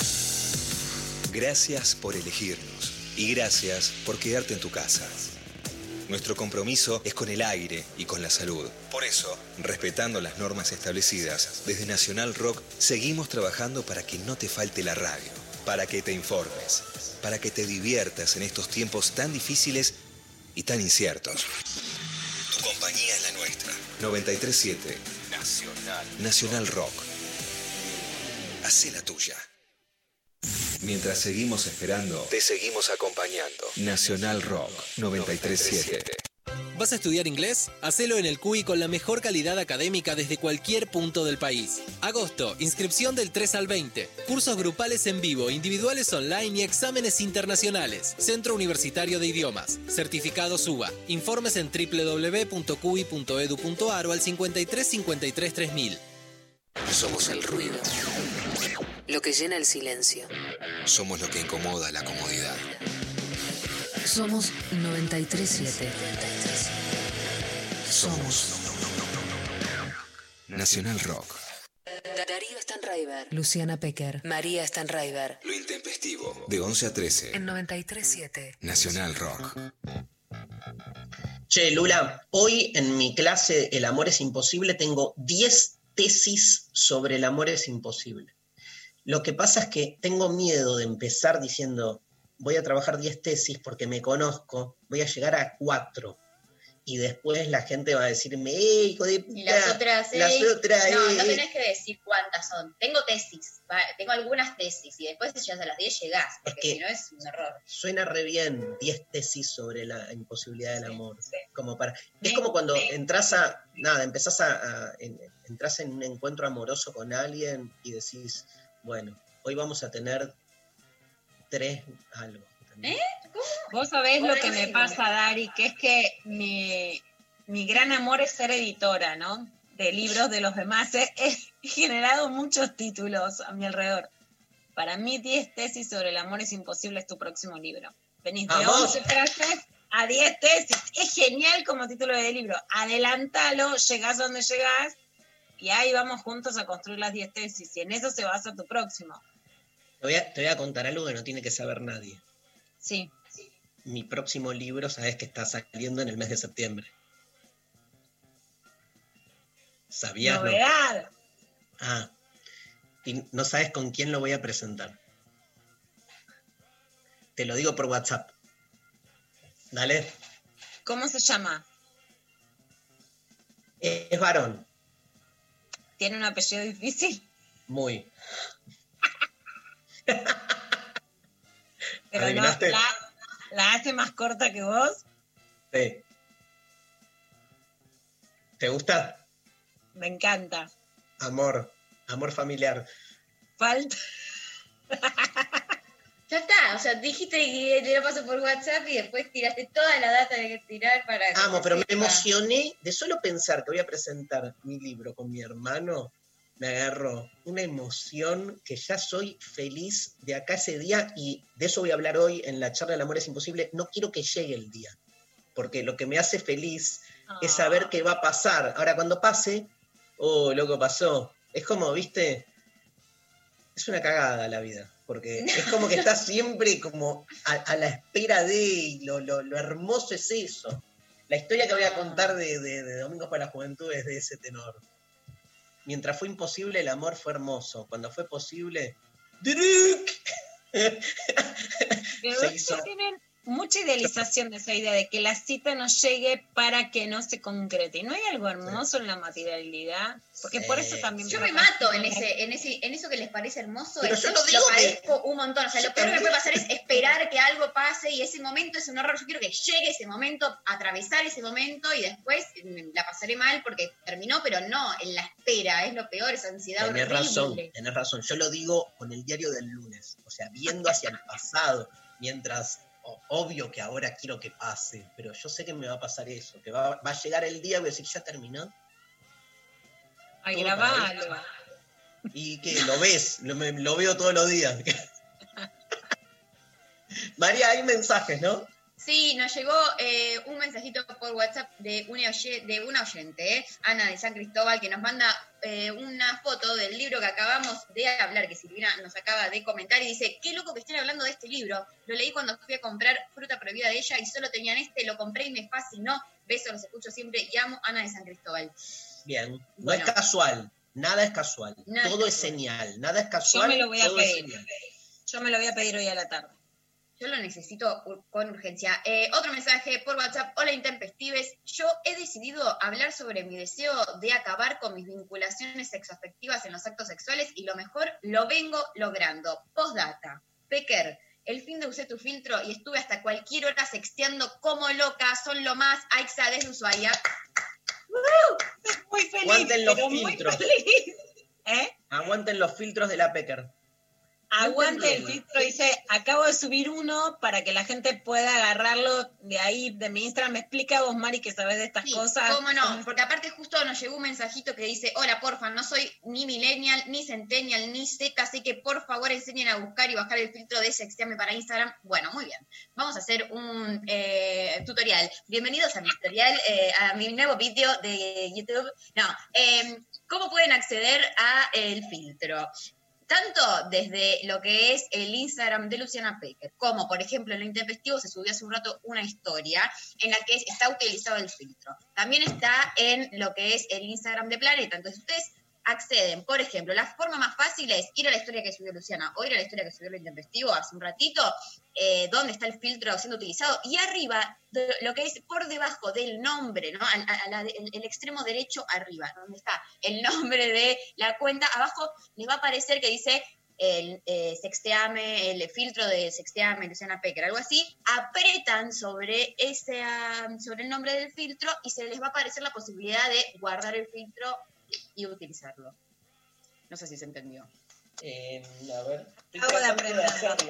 Gracias por elegirnos y gracias por quedarte en tu casa. Nuestro compromiso es con el aire y con la salud. Por eso, respetando las normas establecidas, desde Nacional Rock seguimos trabajando para que no te falte la radio, para que te informes, para que te diviertas en estos tiempos tan difíciles y tan inciertos. Tu compañía es la nuestra. 93.7 Nacional Rock. Hacé la tuya. Mientras seguimos esperando, te seguimos acompañando. Nacional Rock 93.7. ¿Vas a estudiar inglés? Hacelo en el CUI con la mejor calidad académica desde cualquier punto del país. Agosto, inscripción del 3 al 20. Cursos grupales en vivo, individuales online y exámenes internacionales. Centro Universitario de Idiomas. Certificado SUBA. Informes en www.cui.edu.ar o al 53 53 3000. Somos el ruido. Lo que llena el silencio. Somos lo que incomoda la comodidad. Somos 93.7. Somos Nacional Rock. Darío Stanraiver, Luciana Pecker, María Stanraiver. Lo intempestivo. De 11 a 13. En 93.7. Nacional Rock. Che, Lula, hoy en mi clase El amor es imposible tengo 10 tesis sobre el amor es imposible. Lo que pasa es que tengo miedo de empezar diciendo voy a trabajar 10 tesis porque me conozco, voy a llegar a 4 y después la gente va a decirme hijo de puta, y las otras no tenés que decir cuántas son. Tengo tesis, tengo algunas tesis y después si llegas a las 10 llegás, porque si no es un error. Suena re bien 10 tesis sobre la imposibilidad del amor. Sí. Es como cuando entras en un encuentro amoroso con alguien y decís, bueno, hoy vamos a tener 3 algo. ¿Cómo? Vos sabés lo que me pasa, Dari, que es que mi gran amor es ser editora, ¿no? De libros de los demás. He generado muchos títulos a mi alrededor. Para mí, 10 tesis sobre el amor es imposible es tu próximo libro. Venís de 11 frases a 10 tesis. Es genial como título de libro. Adelantalo, llegás donde llegás y ahí vamos juntos a construir las 10 tesis. Y en eso se basa tu próximo. Te voy a contar algo que no tiene que saber nadie. Sí. Mi próximo libro, sabes que está saliendo en el mes de septiembre. ¿Sabías? ¡Novedad! ¿No? Ah, y no sabes con quién lo voy a presentar. Te lo digo por WhatsApp. Dale. ¿Cómo se llama? Es varón. ¿Tiene un apellido difícil? Muy. Pero no, la hace más corta que vos. Sí. ¿Te gusta? Me encanta. Amor familiar. Falta. Ya está, o sea, dijiste que te lo paso por WhatsApp y después tiraste toda la data de que tirar para... Amo, pero me emocioné de solo pensar que voy a presentar mi libro con mi hermano. Me agarró una emoción que ya soy feliz de acá ese día, y de eso voy a hablar hoy en la charla del amor es imposible. No quiero que llegue el día, porque lo que me hace feliz es saber qué va a pasar. Ahora, cuando pase, oh, loco, pasó. Es como, viste, es una cagada la vida, porque es como que estás siempre como a la espera de, y lo hermoso es eso. La historia que voy a contar de Domingos para la Juventud es de ese tenor. Mientras fue imposible, el amor fue hermoso. Cuando fue posible, se hizo... Tienen mucha idealización de esa idea de que la cita no llegue para que no se concrete. ¿Y no hay algo hermoso en la materialidad? Porque por eso también... Yo me mato en eso que les parece hermoso. Pero yo lo digo padezco un montón. O sea, lo peor que me puede pasar es esperar que algo pase, y ese momento es un horror. Yo quiero que llegue ese momento, atravesar ese momento, y después la pasaré mal porque terminó, pero no, en la espera. Es lo peor, esa ansiedad horrible. Tenés razón. Yo lo digo con el diario del lunes. O sea, viendo hacia el pasado, mientras... Obvio que ahora quiero que pase, pero yo sé que me va a pasar eso, que va a llegar el día y voy a decir, ¿ya terminó? Ay, grabalo. ¿Y qué? ¿Lo ves? Lo veo todos los días. María, hay mensajes, ¿no? Sí, nos llegó un mensajito por WhatsApp de una oyente, Ana de San Cristóbal, que nos manda una foto del libro que acabamos de hablar, que Silvina nos acaba de comentar, y dice, qué loco que estén hablando de este libro. Lo leí cuando fui a comprar Fruta Prohibida de ella y solo tenían lo compré y me fascinó. Besos, los escucho siempre y amo, Ana de San Cristóbal. Bien, no es casual, nada es casual, todo es señal, nada es casual. Yo me lo voy a pedir. Yo me lo voy a pedir hoy a la tarde. Yo lo necesito con urgencia. Otro mensaje por WhatsApp. Hola, intempestives. Yo he decidido hablar sobre mi deseo de acabar con mis vinculaciones sexoafectivas en los actos sexuales, y lo mejor lo vengo logrando. Postdata. Pecker, el fin de usé tu filtro y estuve hasta cualquier hora sexteando como loca. Son lo más. Aixa desde Ushuaia. Muy feliz. Aguanten los filtros. ¿Eh? Aguanten los filtros de la Pecker. Aguante el filtro, dice, acabo de subir uno para que la gente pueda agarrarlo de ahí, de mi Instagram. Me explica vos, Mari, que sabés de estas cosas. Cómo no, porque aparte justo nos llegó un mensajito que dice, hola, porfa, no soy ni millennial, ni centennial, ni Z, así que por favor enseñen a buscar y bajar el filtro de Sexteame para Instagram. Bueno, muy bien, vamos a hacer un tutorial. Bienvenidos a mi tutorial, a mi nuevo vídeo de YouTube. ¿Cómo pueden acceder a el filtro? Tanto desde lo que es el Instagram de Luciana Pecker, como por ejemplo en Lo Intempestivo se subió hace un rato una historia en la que está utilizado el filtro. También está en lo que es el Instagram de Planeta. Entonces ustedes acceden, por ejemplo, la forma más fácil es ir a la historia que subió Luciana o ir a la historia que subió Lo Intempestivo hace un ratito, donde está el filtro siendo utilizado, y arriba, lo que es por debajo del nombre, ¿no? El extremo derecho arriba, donde está el nombre de la cuenta, abajo les va a aparecer que dice el Sexteame, el filtro de Sexteame Luciana Pecker, algo así. Apretan sobre el nombre del filtro y se les va a aparecer la posibilidad de guardar el filtro y utilizarlo. No sé si se entendió. A ver, acabo de aprender.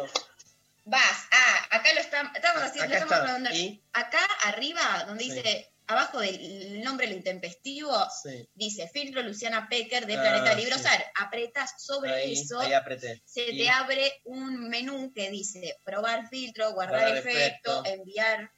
Acá lo estamos haciendo. ¿Y? Acá arriba, donde dice, abajo del nombre del intempestivo, dice filtro Luciana Pecker de Planeta Librosar. Apretas sobre ahí, eso, ahí apreté. Te abre un menú que dice probar filtro, guardar efecto, enviar.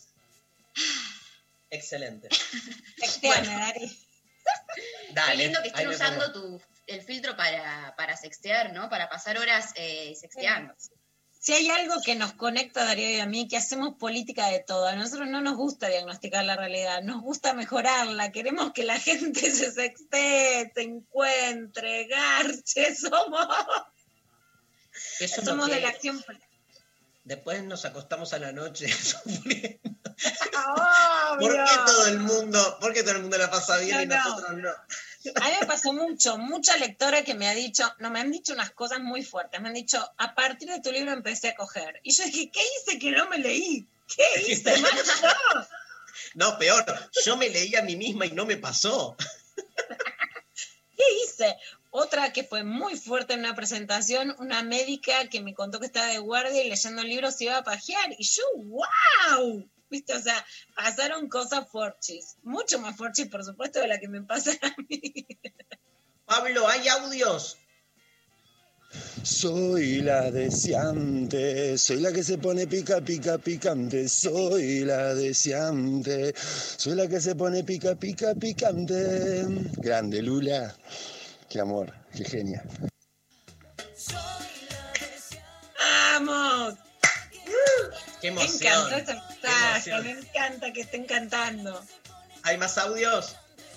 Excelente. Bueno, dale. Qué lindo que estén usando el filtro para sextear, ¿no? Para pasar horas sexteando. Si hay algo que nos conecta, Darío y a mí, que hacemos política de todo. A nosotros no nos gusta diagnosticar la realidad, nos gusta mejorarla. Queremos que la gente se sextee, se encuentre, garche. Somos de la acción. Después nos acostamos a la noche sufriendo. ¿Por qué todo el mundo la pasa bien y nosotros no? A mí me pasó mucha lectora que me han dicho unas cosas muy fuertes. Me han dicho, a partir de tu libro empecé a coger. Y yo dije, ¿qué hice que no me leí? ¿Qué hice? No, peor, yo me leí a mí misma y no me pasó. ¿Qué hice? Otra día que fue muy fuerte en una presentación, una médica que me contó que estaba de guardia y leyendo libros se iba a pajear. Y yo, ¡wow! ¿Viste? O sea, pasaron cosas forchis. Mucho más forchis, por supuesto, de la que me pasan a mí. Pablo, ¿hay audios? Soy la deseante, soy la que se pone pica, pica, picante. Soy la deseante, soy la que se pone pica, pica, picante. Grande, Lula. Qué amor, qué genia. ¡Vamos! ¡Qué emoción! Me encantó este mensaje, me encanta que estén cantando. ¿Hay más audios?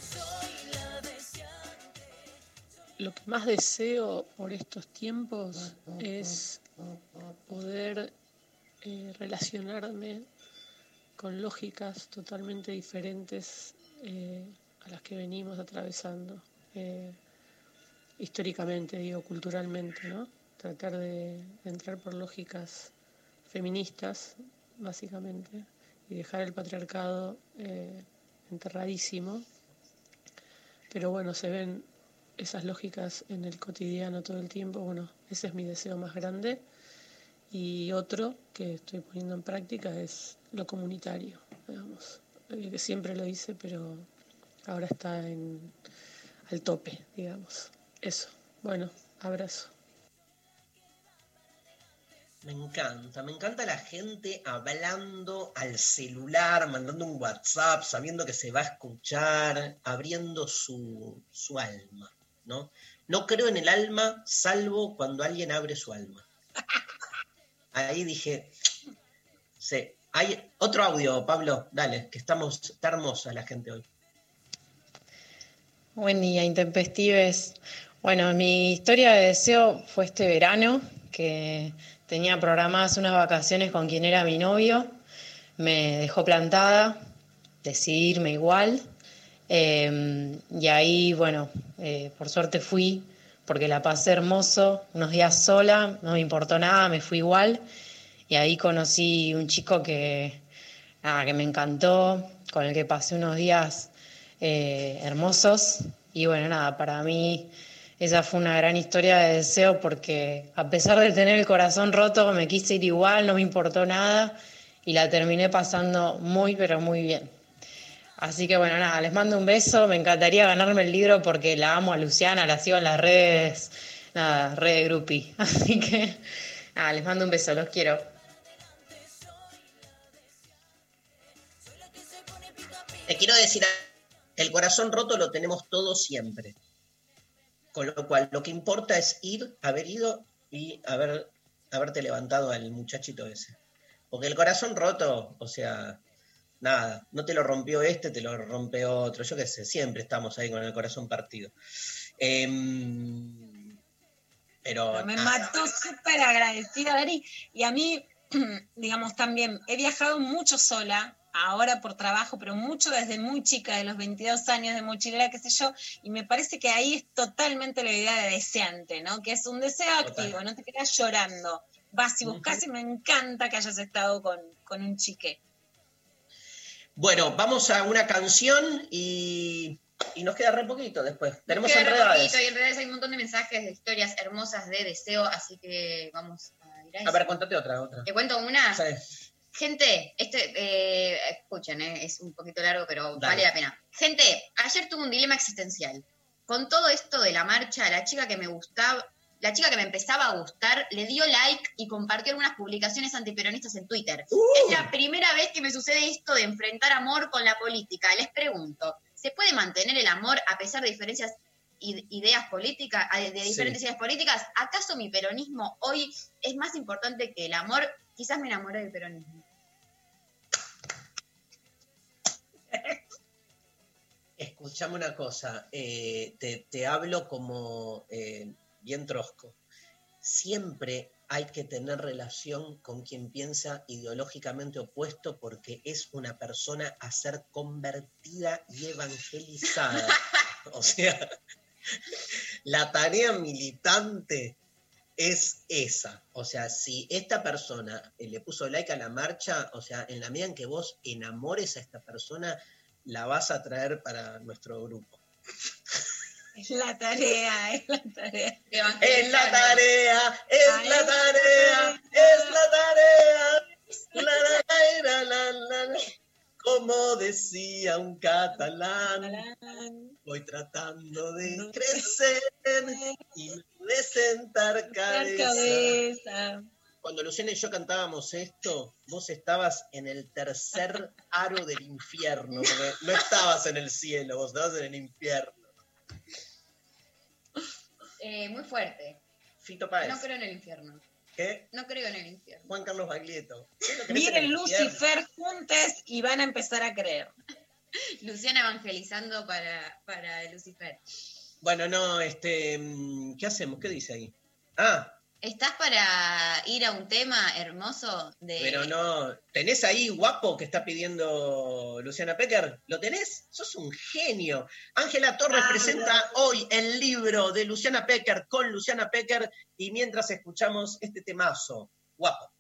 Lo que más deseo por estos tiempos es poder relacionarme con lógicas totalmente diferentes a las que venimos atravesando. Históricamente, digo, culturalmente, ¿no? Tratar de entrar por lógicas feministas, básicamente, y dejar el patriarcado enterradísimo. Pero bueno, se ven esas lógicas en el cotidiano todo el tiempo. Bueno, ese es mi deseo más grande. Y otro que estoy poniendo en práctica es lo comunitario, digamos, que siempre lo hice, pero ahora está al tope, digamos. Eso. Bueno, abrazo. Me encanta la gente hablando al celular, mandando un WhatsApp, sabiendo que se va a escuchar, abriendo su alma, ¿no? No creo en el alma, salvo cuando alguien abre su alma. Ahí dije, sí. Hay otro audio, Pablo, dale, que está hermosa la gente hoy. Buen día, intempestives. Bueno, mi historia de deseo fue este verano, que tenía programadas unas vacaciones con quien era mi novio, me dejó plantada, decidí irme igual, y ahí, bueno, por suerte fui, porque la pasé hermoso, unos días sola, no me importó nada, me fui igual, y ahí conocí un chico que me encantó, con el que pasé unos días hermosos, y bueno, nada, para mí esa fue una gran historia de deseo porque a pesar de tener el corazón roto me quise ir igual, no me importó nada y la terminé pasando muy pero muy bien. Así que bueno, nada, les mando un beso, me encantaría ganarme el libro porque la amo a Luciana, la sigo en las redes, nada, red de groupie. Así que nada, les mando un beso, los quiero. Te quiero decir, el corazón roto lo tenemos todos siempre. Con lo cual, lo que importa es haber ido y haberte levantado al muchachito ese. Porque el corazón roto, o sea, nada, no te lo rompió te lo rompe otro, yo qué sé, siempre estamos ahí con el corazón partido. Pero me mató súper agradecida, Dari. Y a mí, digamos, también he viajado mucho sola, ahora por trabajo, pero mucho desde muy chica, de los 22 años de mochilera, qué sé yo, y me parece que ahí es totalmente la idea de deseante, ¿no? Que es un deseo activo, no te quedas llorando, vas y buscas, y me encanta que hayas estado con un chique. Bueno, vamos a una canción y nos queda re poquito después. Tenemos enredades. Y en redes hay un montón de mensajes, de historias hermosas de deseo, así que vamos a ir a eso. A ver, contate otra. ¿Te cuento una? Sí. Gente, escuchen, es un poquito largo, pero vale la pena. Gente, ayer tuve un dilema existencial. Con todo esto de la marcha, la chica que me empezaba a gustar, le dio like y compartió algunas publicaciones antiperonistas en Twitter. Es la primera vez que me sucede esto de enfrentar amor con la política. Les pregunto, ¿se puede mantener el amor a pesar de diferencias ideas políticas, de diferentes ideas políticas? ¿Acaso mi peronismo hoy es más importante que el amor? Quizás me enamoré del peronismo. Escuchame una cosa, te hablo como bien trosco. Siempre hay que tener relación con quien piensa ideológicamente opuesto porque es una persona a ser convertida y evangelizada. O sea, la tarea militante es esa. O sea, si esta persona le puso like a la marcha, o sea, en la medida en que vos enamores a esta persona, la vas a traer para nuestro grupo. Es la tarea. Es la tarea. La. Como decía un catalán, voy tratando de crecer y de sentar cabeza. Cuando Luciana y yo cantábamos esto, vos estabas en el tercer aro del infierno, porque no estabas en el cielo, vos estabas en el infierno. Muy fuerte. Fito Páez. No creo en el infierno. ¿Qué? No creo en el infierno. Juan Carlos Baglietto. Miren Lucifer juntes y van a empezar a creer. Luciana evangelizando para Lucifer. Bueno, no, ¿qué hacemos? ¿Qué dice ahí? ¿Estás para ir a un tema hermoso de...? Pero no, ¿tenés ahí guapo que está pidiendo Luciana Pecker? ¿Lo tenés? Sos un genio. Ángela Torres presenta hoy el libro de Luciana Pecker con Luciana Pecker y mientras escuchamos este temazo, guapo.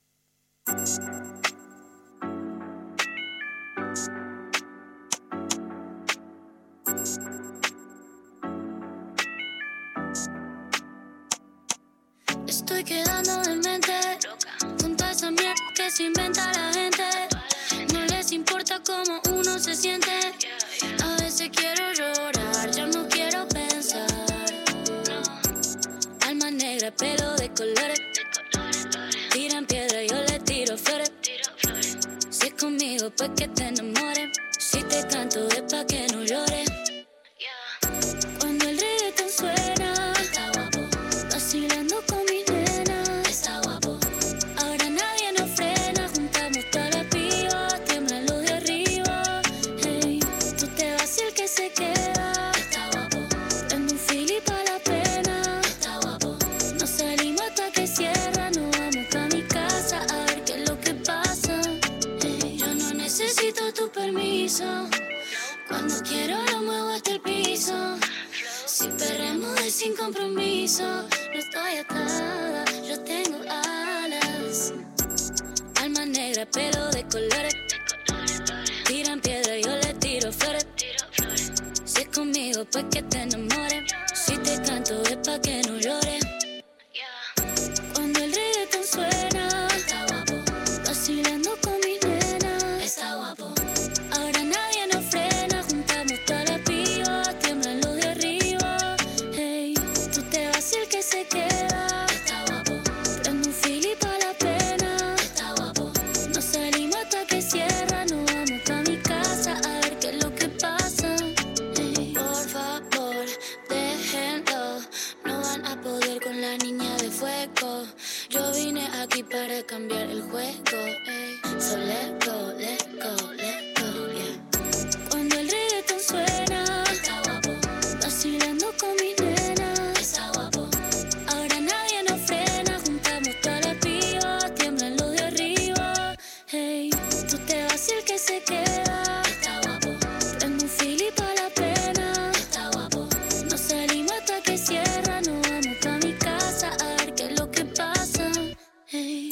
Estoy quedando demente junto a esa mierda que se inventa la gente. No les importa cómo uno se siente. A veces quiero llorar, ya no quiero pensar. Alma negra, pelo de colores. Tiran piedra, yo le tiro flores. Si es conmigo, pues que te enamores. Si te canto es pa' que no llores. Cuando el reggaetón suena, está guapo, vacilando con mi nena, está guapo. Ahora nadie nos frena, juntamos todas las pibas, tiemblan los de arriba. Hey, tú te vas y el que se queda, está guapo. Prendo un fili pa' la pena, está guapo. Nos salimos hasta que cierra, nos vamos pa' mi casa a ver qué es lo que pasa. Hey, yo no necesito tu permiso, cuando quiero lo muevo hasta el piso. Si perremos de sin compromiso, no estoy atada, yo tengo alas. Alma negra, pelo de colores. Tiran piedra, yo le tiro flores. Si es conmigo, pues que te enamores. Si te canto es pa' que no llores. Cuando el reggaetón suena, está guapo, vacilando con mi nena, está guapo. Ahora nadie nos frena, juntamos todas las pibas, tiemblan los de arriba. Hey, tú te vas y el que se queda, está guapo. Prendo un fili pa' la pena, está guapo. Nos salimos hasta que cierra, nos vamos pa' mi casa a ver qué es lo que pasa. Hey, por favor, déjenlo, no van a poder con la niña de fuego. Yo vine aquí para cambiar el juego. Hey, so let's go, let's go, let's go, yeah. Cuando el reggaetón suena, está guapo, vacilando con mi nena, está guapo. Ahora nadie nos frena, juntamos todas las pibas, tiemblan los de arriba. Hey, tú te vas y el que se queda, está guapo. Prendo un fili pa' la pena, está guapo. Nos salimos hasta que cierra, nos vamos pa' mi casa a ver qué es lo que pasa. Hey,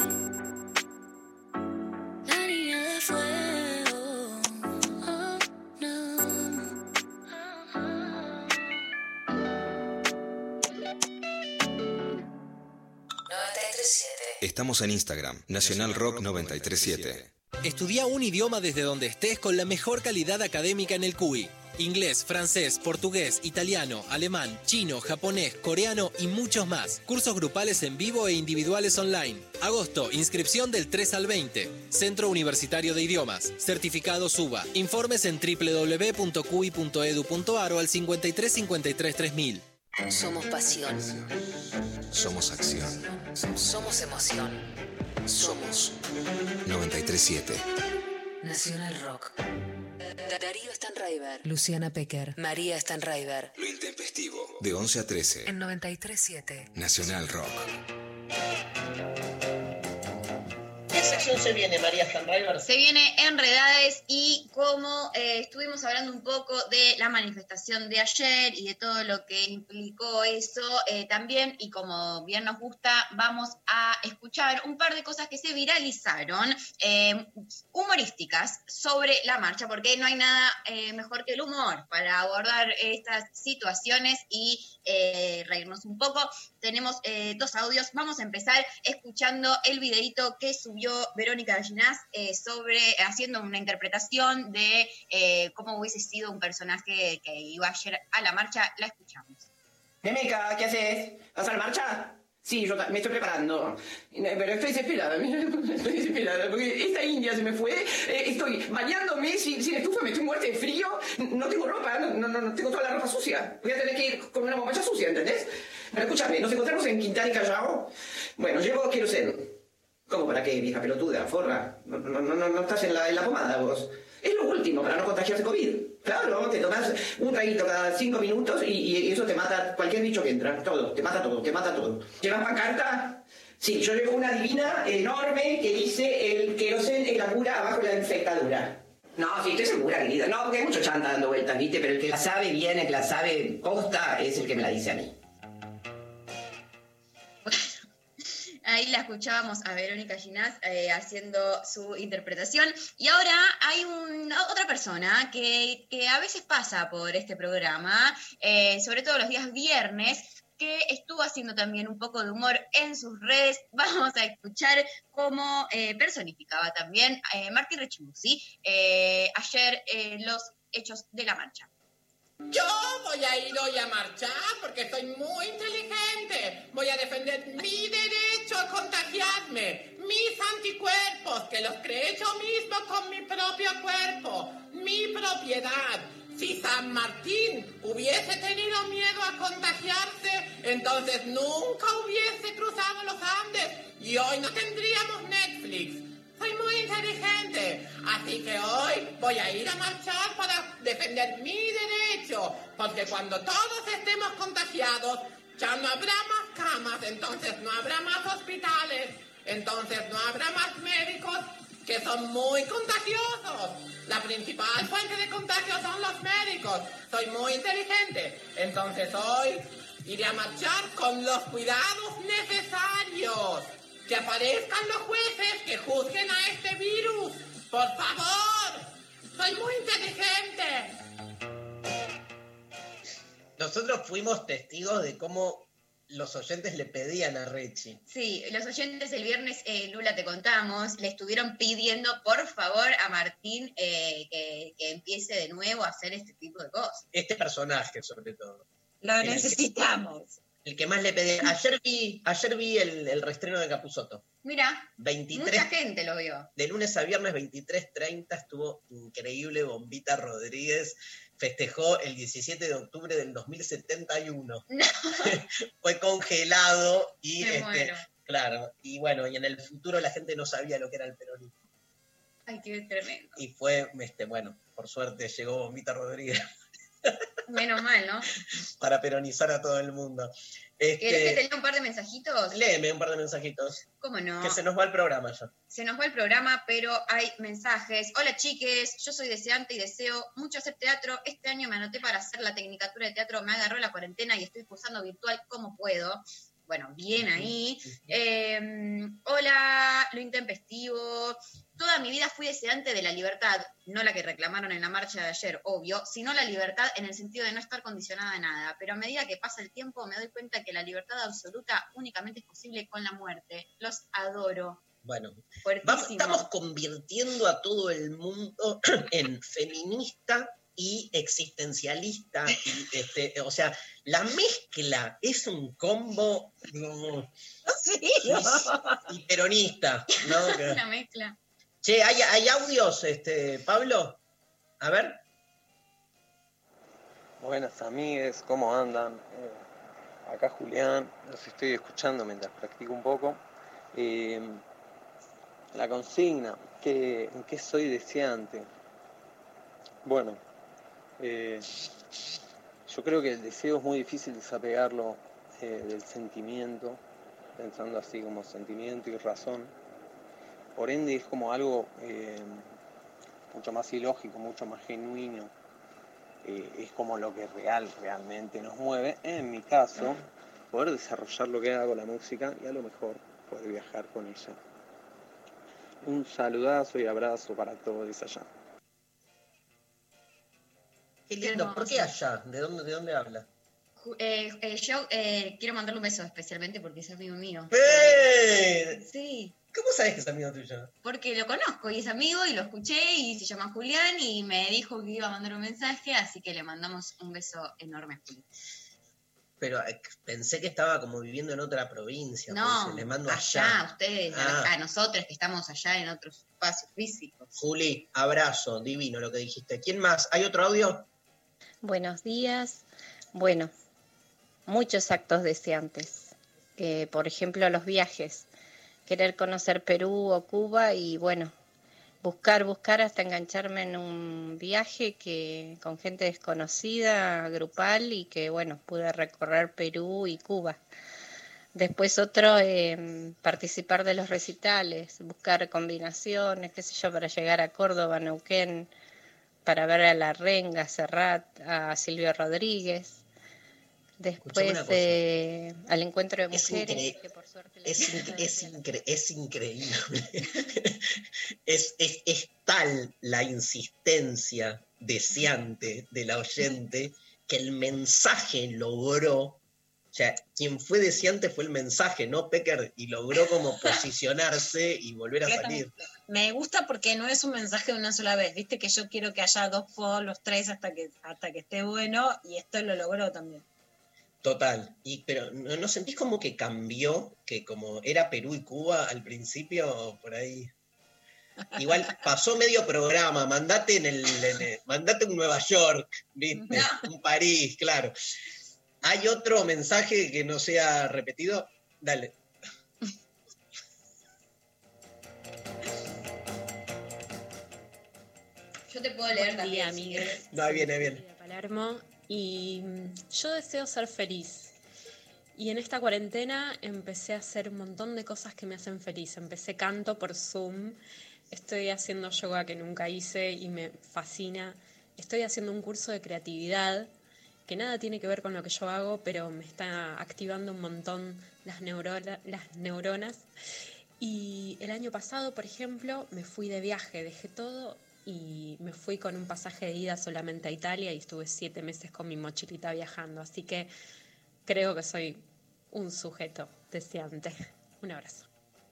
la niña de fuego, oh no. Estamos en Instagram, Nacional Rock 937. Estudia un idioma desde donde estés con la mejor calidad académica en el CUI. Inglés, francés, portugués, italiano, alemán, chino, japonés, coreano y muchos más. Cursos grupales en vivo e individuales online. Agosto, inscripción del 3 al 20. Centro Universitario de Idiomas. Certificado SUBA. Informes en www.cui.edu.ar o al 53 53 3000. Somos pasión. Somos acción. Somos emoción. Somos 937. Nacional Rock. Darío Stanraiver, Luciana Pecker, María Stanraiver. Lo intempestivo. De 11 a 13. En 93.7. Nacional Rock. Es canción se viene, María Stanriver? Se viene Enredades y como estuvimos hablando un poco de la manifestación de ayer y de todo lo que implicó eso, también, y como bien nos gusta, vamos a escuchar un par de cosas que se viralizaron, humorísticas, sobre la marcha, porque no hay nada mejor que el humor para abordar estas situaciones y reírnos un poco. Tenemos 2 audios. Vamos a empezar escuchando el videito que subió Verónica Ginás haciendo una interpretación de cómo hubiese sido un personaje que iba ayer a la marcha. La escuchamos. Memeca, ¿qué haces? ¿Vas a la marcha? Sí, yo me estoy preparando, pero estoy desesperada, porque esta india se me fue, estoy bañándome sin estufa, me estoy muerta de frío, no tengo ropa, no tengo toda la ropa sucia, voy a tener que ir con una bombacha sucia, ¿entendés? Pero escúchame, ¿nos encontramos en Quintana y Callao? Bueno, llevo queroseno. ¿Cómo para qué, vieja pelotuda, forra? No estás en la pomada vos. Es lo último para no contagiarse COVID. Claro, te tomás un traguito cada 5 minutos y eso te mata cualquier bicho que entra. Todo, te mata todo. ¿Llevas pancarta? Sí, yo llevo una divina enorme que dice el queroseno es la cura abajo de la infectadura. No, sí, estoy segura, querida. No, porque hay mucho chanta dando vueltas, ¿viste? Pero el que la sabe bien, el que la sabe posta, es el que me la dice a mí. Ahí la escuchábamos a Verónica Ginás haciendo su interpretación. Y ahora hay otra persona que a veces pasa por este programa, sobre todo los días viernes, que estuvo haciendo también un poco de humor en sus redes. Vamos a escuchar cómo personificaba también Martín Rechimusi ayer los hechos de la marcha. Yo voy a ir hoy a marchar porque soy muy inteligente. Voy a defender mi derecho a contagiarme, mis anticuerpos, que los creé yo mismo con mi propio cuerpo, mi propiedad. Si San Martín hubiese tenido miedo a contagiarse, entonces nunca hubiese cruzado los Andes y hoy no tendríamos Netflix. Soy muy inteligente, así que hoy voy a ir a marchar para defender mi derecho, porque cuando todos estemos contagiados, ya no habrá más camas, entonces no habrá más hospitales, entonces no habrá más médicos, que son muy contagiosos. La principal fuente de contagio son los médicos. Soy muy inteligente, entonces hoy iré a marchar con los cuidados necesarios. Que aparezcan los jueces que juzguen a este virus. ¡Por favor! ¡Soy muy inteligente! Nosotros fuimos testigos de cómo los oyentes le pedían a Rechi. Sí, los oyentes el viernes, Lula, te contamos, le estuvieron pidiendo por favor a Martín que empiece de nuevo a hacer este tipo de cosas. Este personaje, sobre todo. Lo necesitamos. El que más le pedía. Ayer vi el reestreno de Capusotto. Mira, 23, mucha gente lo vio. De lunes a viernes, 23:30, estuvo increíble. Bombita Rodríguez festejó el 17 de octubre del 2071. No. Fue congelado y claro, y bueno, y en el futuro la gente no sabía lo que era el peronismo. Ay, qué tremendo. Y fue, bueno, por suerte llegó Bombita Rodríguez. Menos mal, ¿no? Para peronizar a todo el mundo. ¿Querés que te lea un par de mensajitos? Léeme un par de mensajitos. ¿Cómo no? Que se nos va el programa ya. Se nos va el programa, pero hay mensajes. Hola, chiques, yo soy deseante y deseo mucho hacer teatro. Este año me anoté para hacer la tecnicatura de teatro. Me agarró la cuarentena y estoy cursando virtual como puedo. Bueno, bien ahí. Hola, lo intempestivo. Toda mi vida fui deseante de la libertad, no la que reclamaron en la marcha de ayer, obvio, sino la libertad en el sentido de no estar condicionada a nada. Pero a medida que pasa el tiempo me doy cuenta que la libertad absoluta únicamente es posible con la muerte. Los adoro. Bueno, estamos convirtiendo a todo el mundo en feminista y existencialista. Y o sea, la mezcla es un combo y peronista, ¿no? Una mezcla. Che, ¿hay audios, Pablo? A ver. Buenas amigues, ¿cómo andan? Acá Julián, los estoy escuchando mientras practico un poco. La consigna, ¿en qué soy deseante? Bueno, yo creo que el deseo es muy difícil desapegarlo del sentimiento, pensando así como sentimiento y razón, por ende es como algo mucho más ilógico, mucho más genuino. Es como lo que realmente nos mueve. En mi caso, poder desarrollar lo que hago, la música, y a lo mejor poder viajar con ella. Un saludazo y abrazo para todos allá. Qué lindo. ¿Por qué allá? ¿De dónde habla? Yo quiero mandarle un beso especialmente porque es amigo mío. Sí. ¿Cómo sabes que es amigo tuyo? Porque lo conozco y es amigo y lo escuché y se llama Julián y me dijo que iba a mandar un mensaje, así que le mandamos un beso enorme a Juli. Pero pensé que estaba como viviendo en otra provincia. No, le mando allá, ustedes, a nosotros que estamos allá en otros espacios físicos. Juli, abrazo, divino lo que dijiste. ¿Quién más? ¿Hay otro audio? Buenos días. Bueno, muchos actos deseantes. Por ejemplo, los viajes. Querer conocer Perú o Cuba y bueno, buscar hasta engancharme en un viaje con gente desconocida, grupal, y que bueno, pude recorrer Perú y Cuba. Después otro, participar de los recitales, buscar combinaciones, qué sé yo, para llegar a Córdoba, Neuquén, para ver a La Renga, a Serrat, a Silvio Rodríguez. Después al encuentro de mujeres, que por suerte es increíble. es tal la insistencia deseante de la oyente que el mensaje logró, o sea, quien fue deseante fue el mensaje, ¿no, Pecker? Y logró como posicionarse y volver a salir. Me gusta porque no es un mensaje de una sola vez, viste que yo quiero que haya 2 polos, 3 hasta que esté bueno, y esto lo logró también. Total, pero ¿no sentís como que cambió? Que como era Perú y Cuba al principio, por ahí. Igual pasó medio programa, mandate un Nueva York, ¿viste? No. Un París, claro. ¿Hay otro mensaje que no sea repetido? Dale. Yo te puedo leer también. Amigas. No, viene. Palermo. Y yo deseo ser feliz. Y en esta cuarentena empecé a hacer un montón de cosas que me hacen feliz. Empecé canto por Zoom, estoy haciendo yoga que nunca hice y me fascina. Estoy haciendo un curso de creatividad que nada tiene que ver con lo que yo hago, pero me está activando un montón las neuronas. Y el año pasado, por ejemplo, me fui de viaje, dejé todo y me fui con un pasaje de ida solamente a Italia y estuve 7 meses con mi mochilita viajando. Así que creo que soy un sujeto deseante. Un abrazo.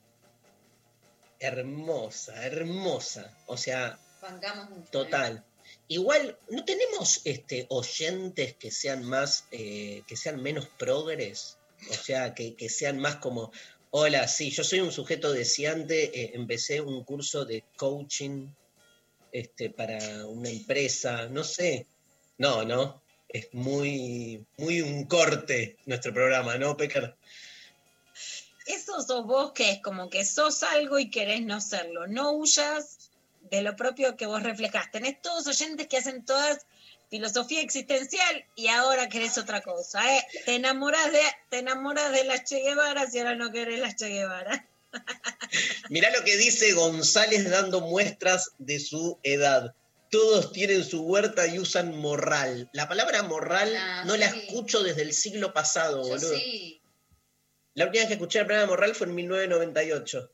Hermosa. O sea, bancamos mucho, total. Igual, ¿no tenemos oyentes que sean más, que sean menos progres? O sea, que sean más como, hola, sí, yo soy un sujeto deseante, empecé un curso de coaching para una empresa, no sé. No, es muy un corte nuestro programa, ¿no, Pecker? Eso sos vos, que es como que sos algo y querés no serlo. No huyas de lo propio que vos reflejás. Tenés todos oyentes que hacen todas filosofía existencial y ahora querés otra cosa. Te enamorás de las Che Guevara y ahora no querés las Che Guevara. Mirá lo que dice González dando muestras de su edad. Todos tienen su huerta y usan morral. La palabra morral la escucho desde el siglo pasado, yo boludo. Sí. La última vez que escuché la palabra morral fue en 1998.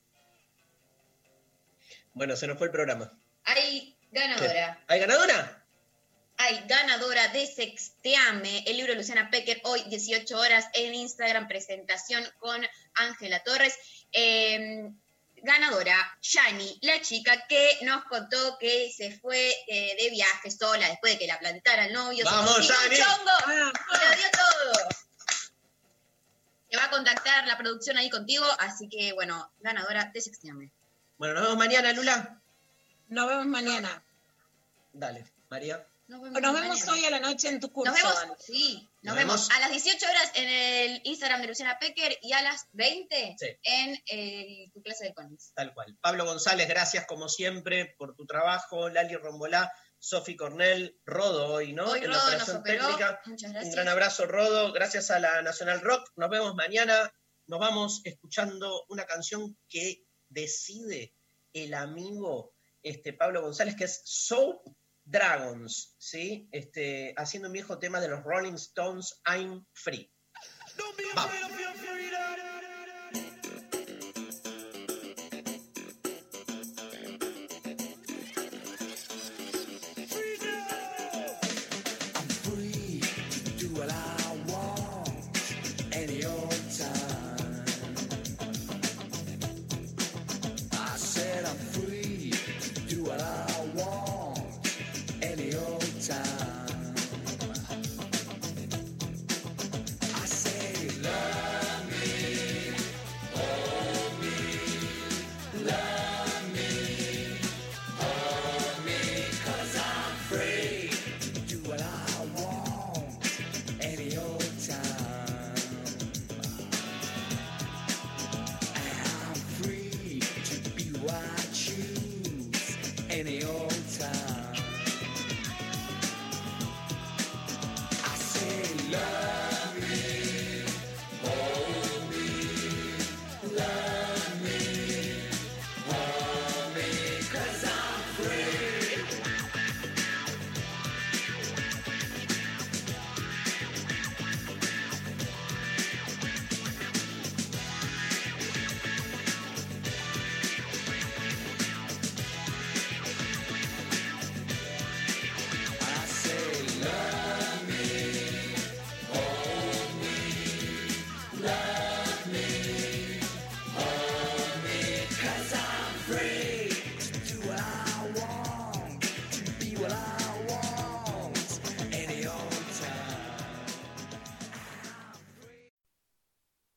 Bueno, se nos fue el programa. Hay ganadora. ¿Hay ganadora? Hay ganadora de Sexteame, el libro de Luciana Pecker, hoy 18 horas en Instagram, presentación con Ángela Torres. Ganadora, Yani, la chica que nos contó que se fue de viaje sola después de que la plantara el novio. ¡Vamos, Yani! ¡Y lo dio todo! Te va a contactar la producción ahí contigo, así que, bueno, ganadora de Sexteame. Bueno, nos vemos mañana, Lula. Nos vemos mañana. Dale, María. Nos vemos hoy a la noche en tu curso. Nos vemos a las 18 horas en el Instagram de Luciana Pecker y a las 20 en tu clase de Collins. Tal cual. Pablo González, gracias como siempre por tu trabajo. Lali Rombolá, Sofi Cornell, Rodo hoy, ¿no? Hoy en Rodo la operación nos operó. técnica. Muchas gracias. Un gran abrazo, Rodo. Gracias a la Nacional Rock. Nos vemos mañana. Nos vamos escuchando una canción que decide el amigo Pablo González, que es Soap Dragons, ¿sí? Haciendo un viejo tema de los Rolling Stones, I'm Free. Vamos. I'm free to do what I want any old time.